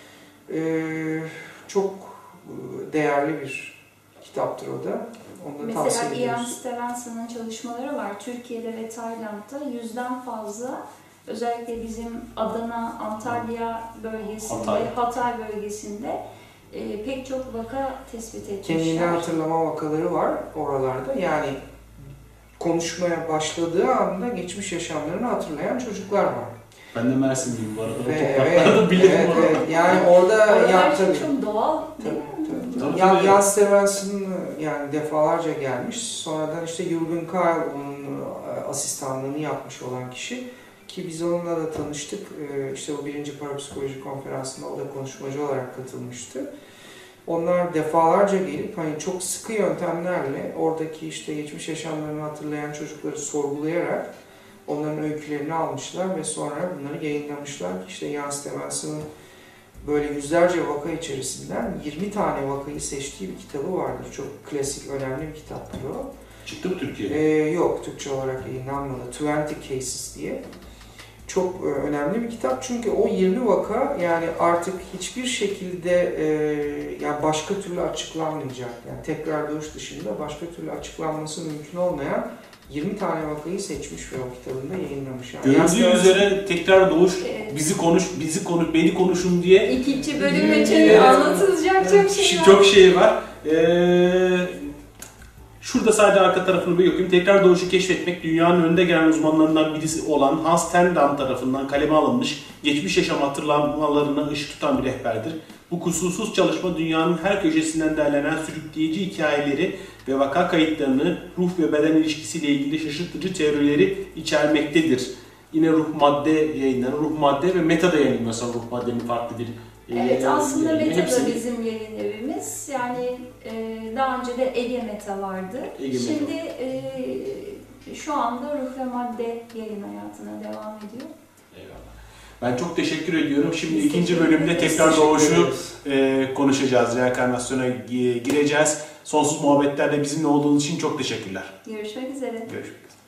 [SPEAKER 3] Çok değerli bir kitaptır o da. Onu da tavsiye ediyoruz.
[SPEAKER 2] Mesela Ian Stevenson'ın çalışmaları var. Türkiye'de ve Tayland'da 100'den fazla özellikle bizim Adana, Antalya bölgesinde, Hatay bölgesinde pek çok vaka tespit etmişler.
[SPEAKER 3] Kendini hatırlama vakaları var oralarda. Yani konuşmaya başladığı anda geçmiş yaşamlarını hatırlayan çocuklar var.
[SPEAKER 1] Ben de Mersinliyim bu arada. Evet, bilirim orada.
[SPEAKER 3] Evet. Yani orada
[SPEAKER 2] tabii. Çok doğal.
[SPEAKER 3] Tabii. Jan Stevenson yani defalarca gelmiş. Sonradan işte Jürgen Kyle onun asistanlığını yapmış olan kişi. Ki biz onunla da tanıştık. İşte o 1. Parapsikoloji Konferansı'nda o da konuşmacı olarak katılmıştı. Onlar defalarca gelip hani çok sıkı yöntemlerle oradaki işte geçmiş yaşamlarını hatırlayan çocukları sorgulayarak onların öykülerini almışlar ve sonra bunları yayınlamışlar. İşte Jan Stevenson'ın böyle yüzlerce vaka içerisinden 20 tane vakayı seçtiği bir kitabı vardır. Çok klasik, önemli bir kitaptır o.
[SPEAKER 1] Çıktı mı Türkiye'de?
[SPEAKER 3] Yok, Türkçe olarak yayınlanmadı. 20 Cases diye. Çok önemli bir kitap çünkü o 20 vaka yani artık hiçbir şekilde yani başka türlü açıklanmayacak. Yani tekrar doğuş dışında başka türlü açıklanması mümkün olmayan 20 tane vakayı seçmiş ve o kitabında yayınlamış. Yani
[SPEAKER 1] Görüldüğü üzere tekrar doğuş,
[SPEAKER 2] Evet.
[SPEAKER 1] beni konuşun diye
[SPEAKER 2] İkinci bölüm için
[SPEAKER 1] Evet.
[SPEAKER 2] anlatılacak çok şey var.
[SPEAKER 1] çok şey var. Şurada sadece arka tarafını bir okuyayım. Tekrar doğuşu keşfetmek, dünyanın önde gelen uzmanlarından birisi olan Hans Stendhal tarafından kaleme alınmış, geçmiş yaşam hatırlamalarına ışık tutan bir rehberdir. Bu kusursuz çalışma dünyanın her köşesinden derlenen sürükleyici hikayeleri ve vaka kayıtlarını, ruh ve beden ilişkisiyle ilgili şaşırtıcı teorileri içermektedir. Yine ruh madde yayınları, ruh madde ve meta da yayınlanıyor mesela ruh maddenin farklı bir
[SPEAKER 2] Evet, aslında
[SPEAKER 1] yayını.
[SPEAKER 2] Meta da
[SPEAKER 1] Hepsi-
[SPEAKER 2] bizim yayın evimiz. Yani daha önce de Ege Meta vardı.
[SPEAKER 1] Ege Meta.
[SPEAKER 2] Şimdi şu anda Ruh ve Madde yayın hayatına devam ediyor.
[SPEAKER 1] Eyvallah. Ben çok teşekkür ediyorum. Şimdi
[SPEAKER 2] Biz
[SPEAKER 1] ikinci
[SPEAKER 2] teşekkür
[SPEAKER 1] bölümde
[SPEAKER 2] ederiz.
[SPEAKER 1] tekrar
[SPEAKER 3] Teşekkür
[SPEAKER 1] doğuşu
[SPEAKER 3] ederiz.
[SPEAKER 1] konuşacağız. Reenkarnasyona gireceğiz. Sonsuz muhabbetlerde bizimle olduğunuz için çok teşekkürler.
[SPEAKER 2] Görüşmek üzere.
[SPEAKER 1] Görüşmek üzere.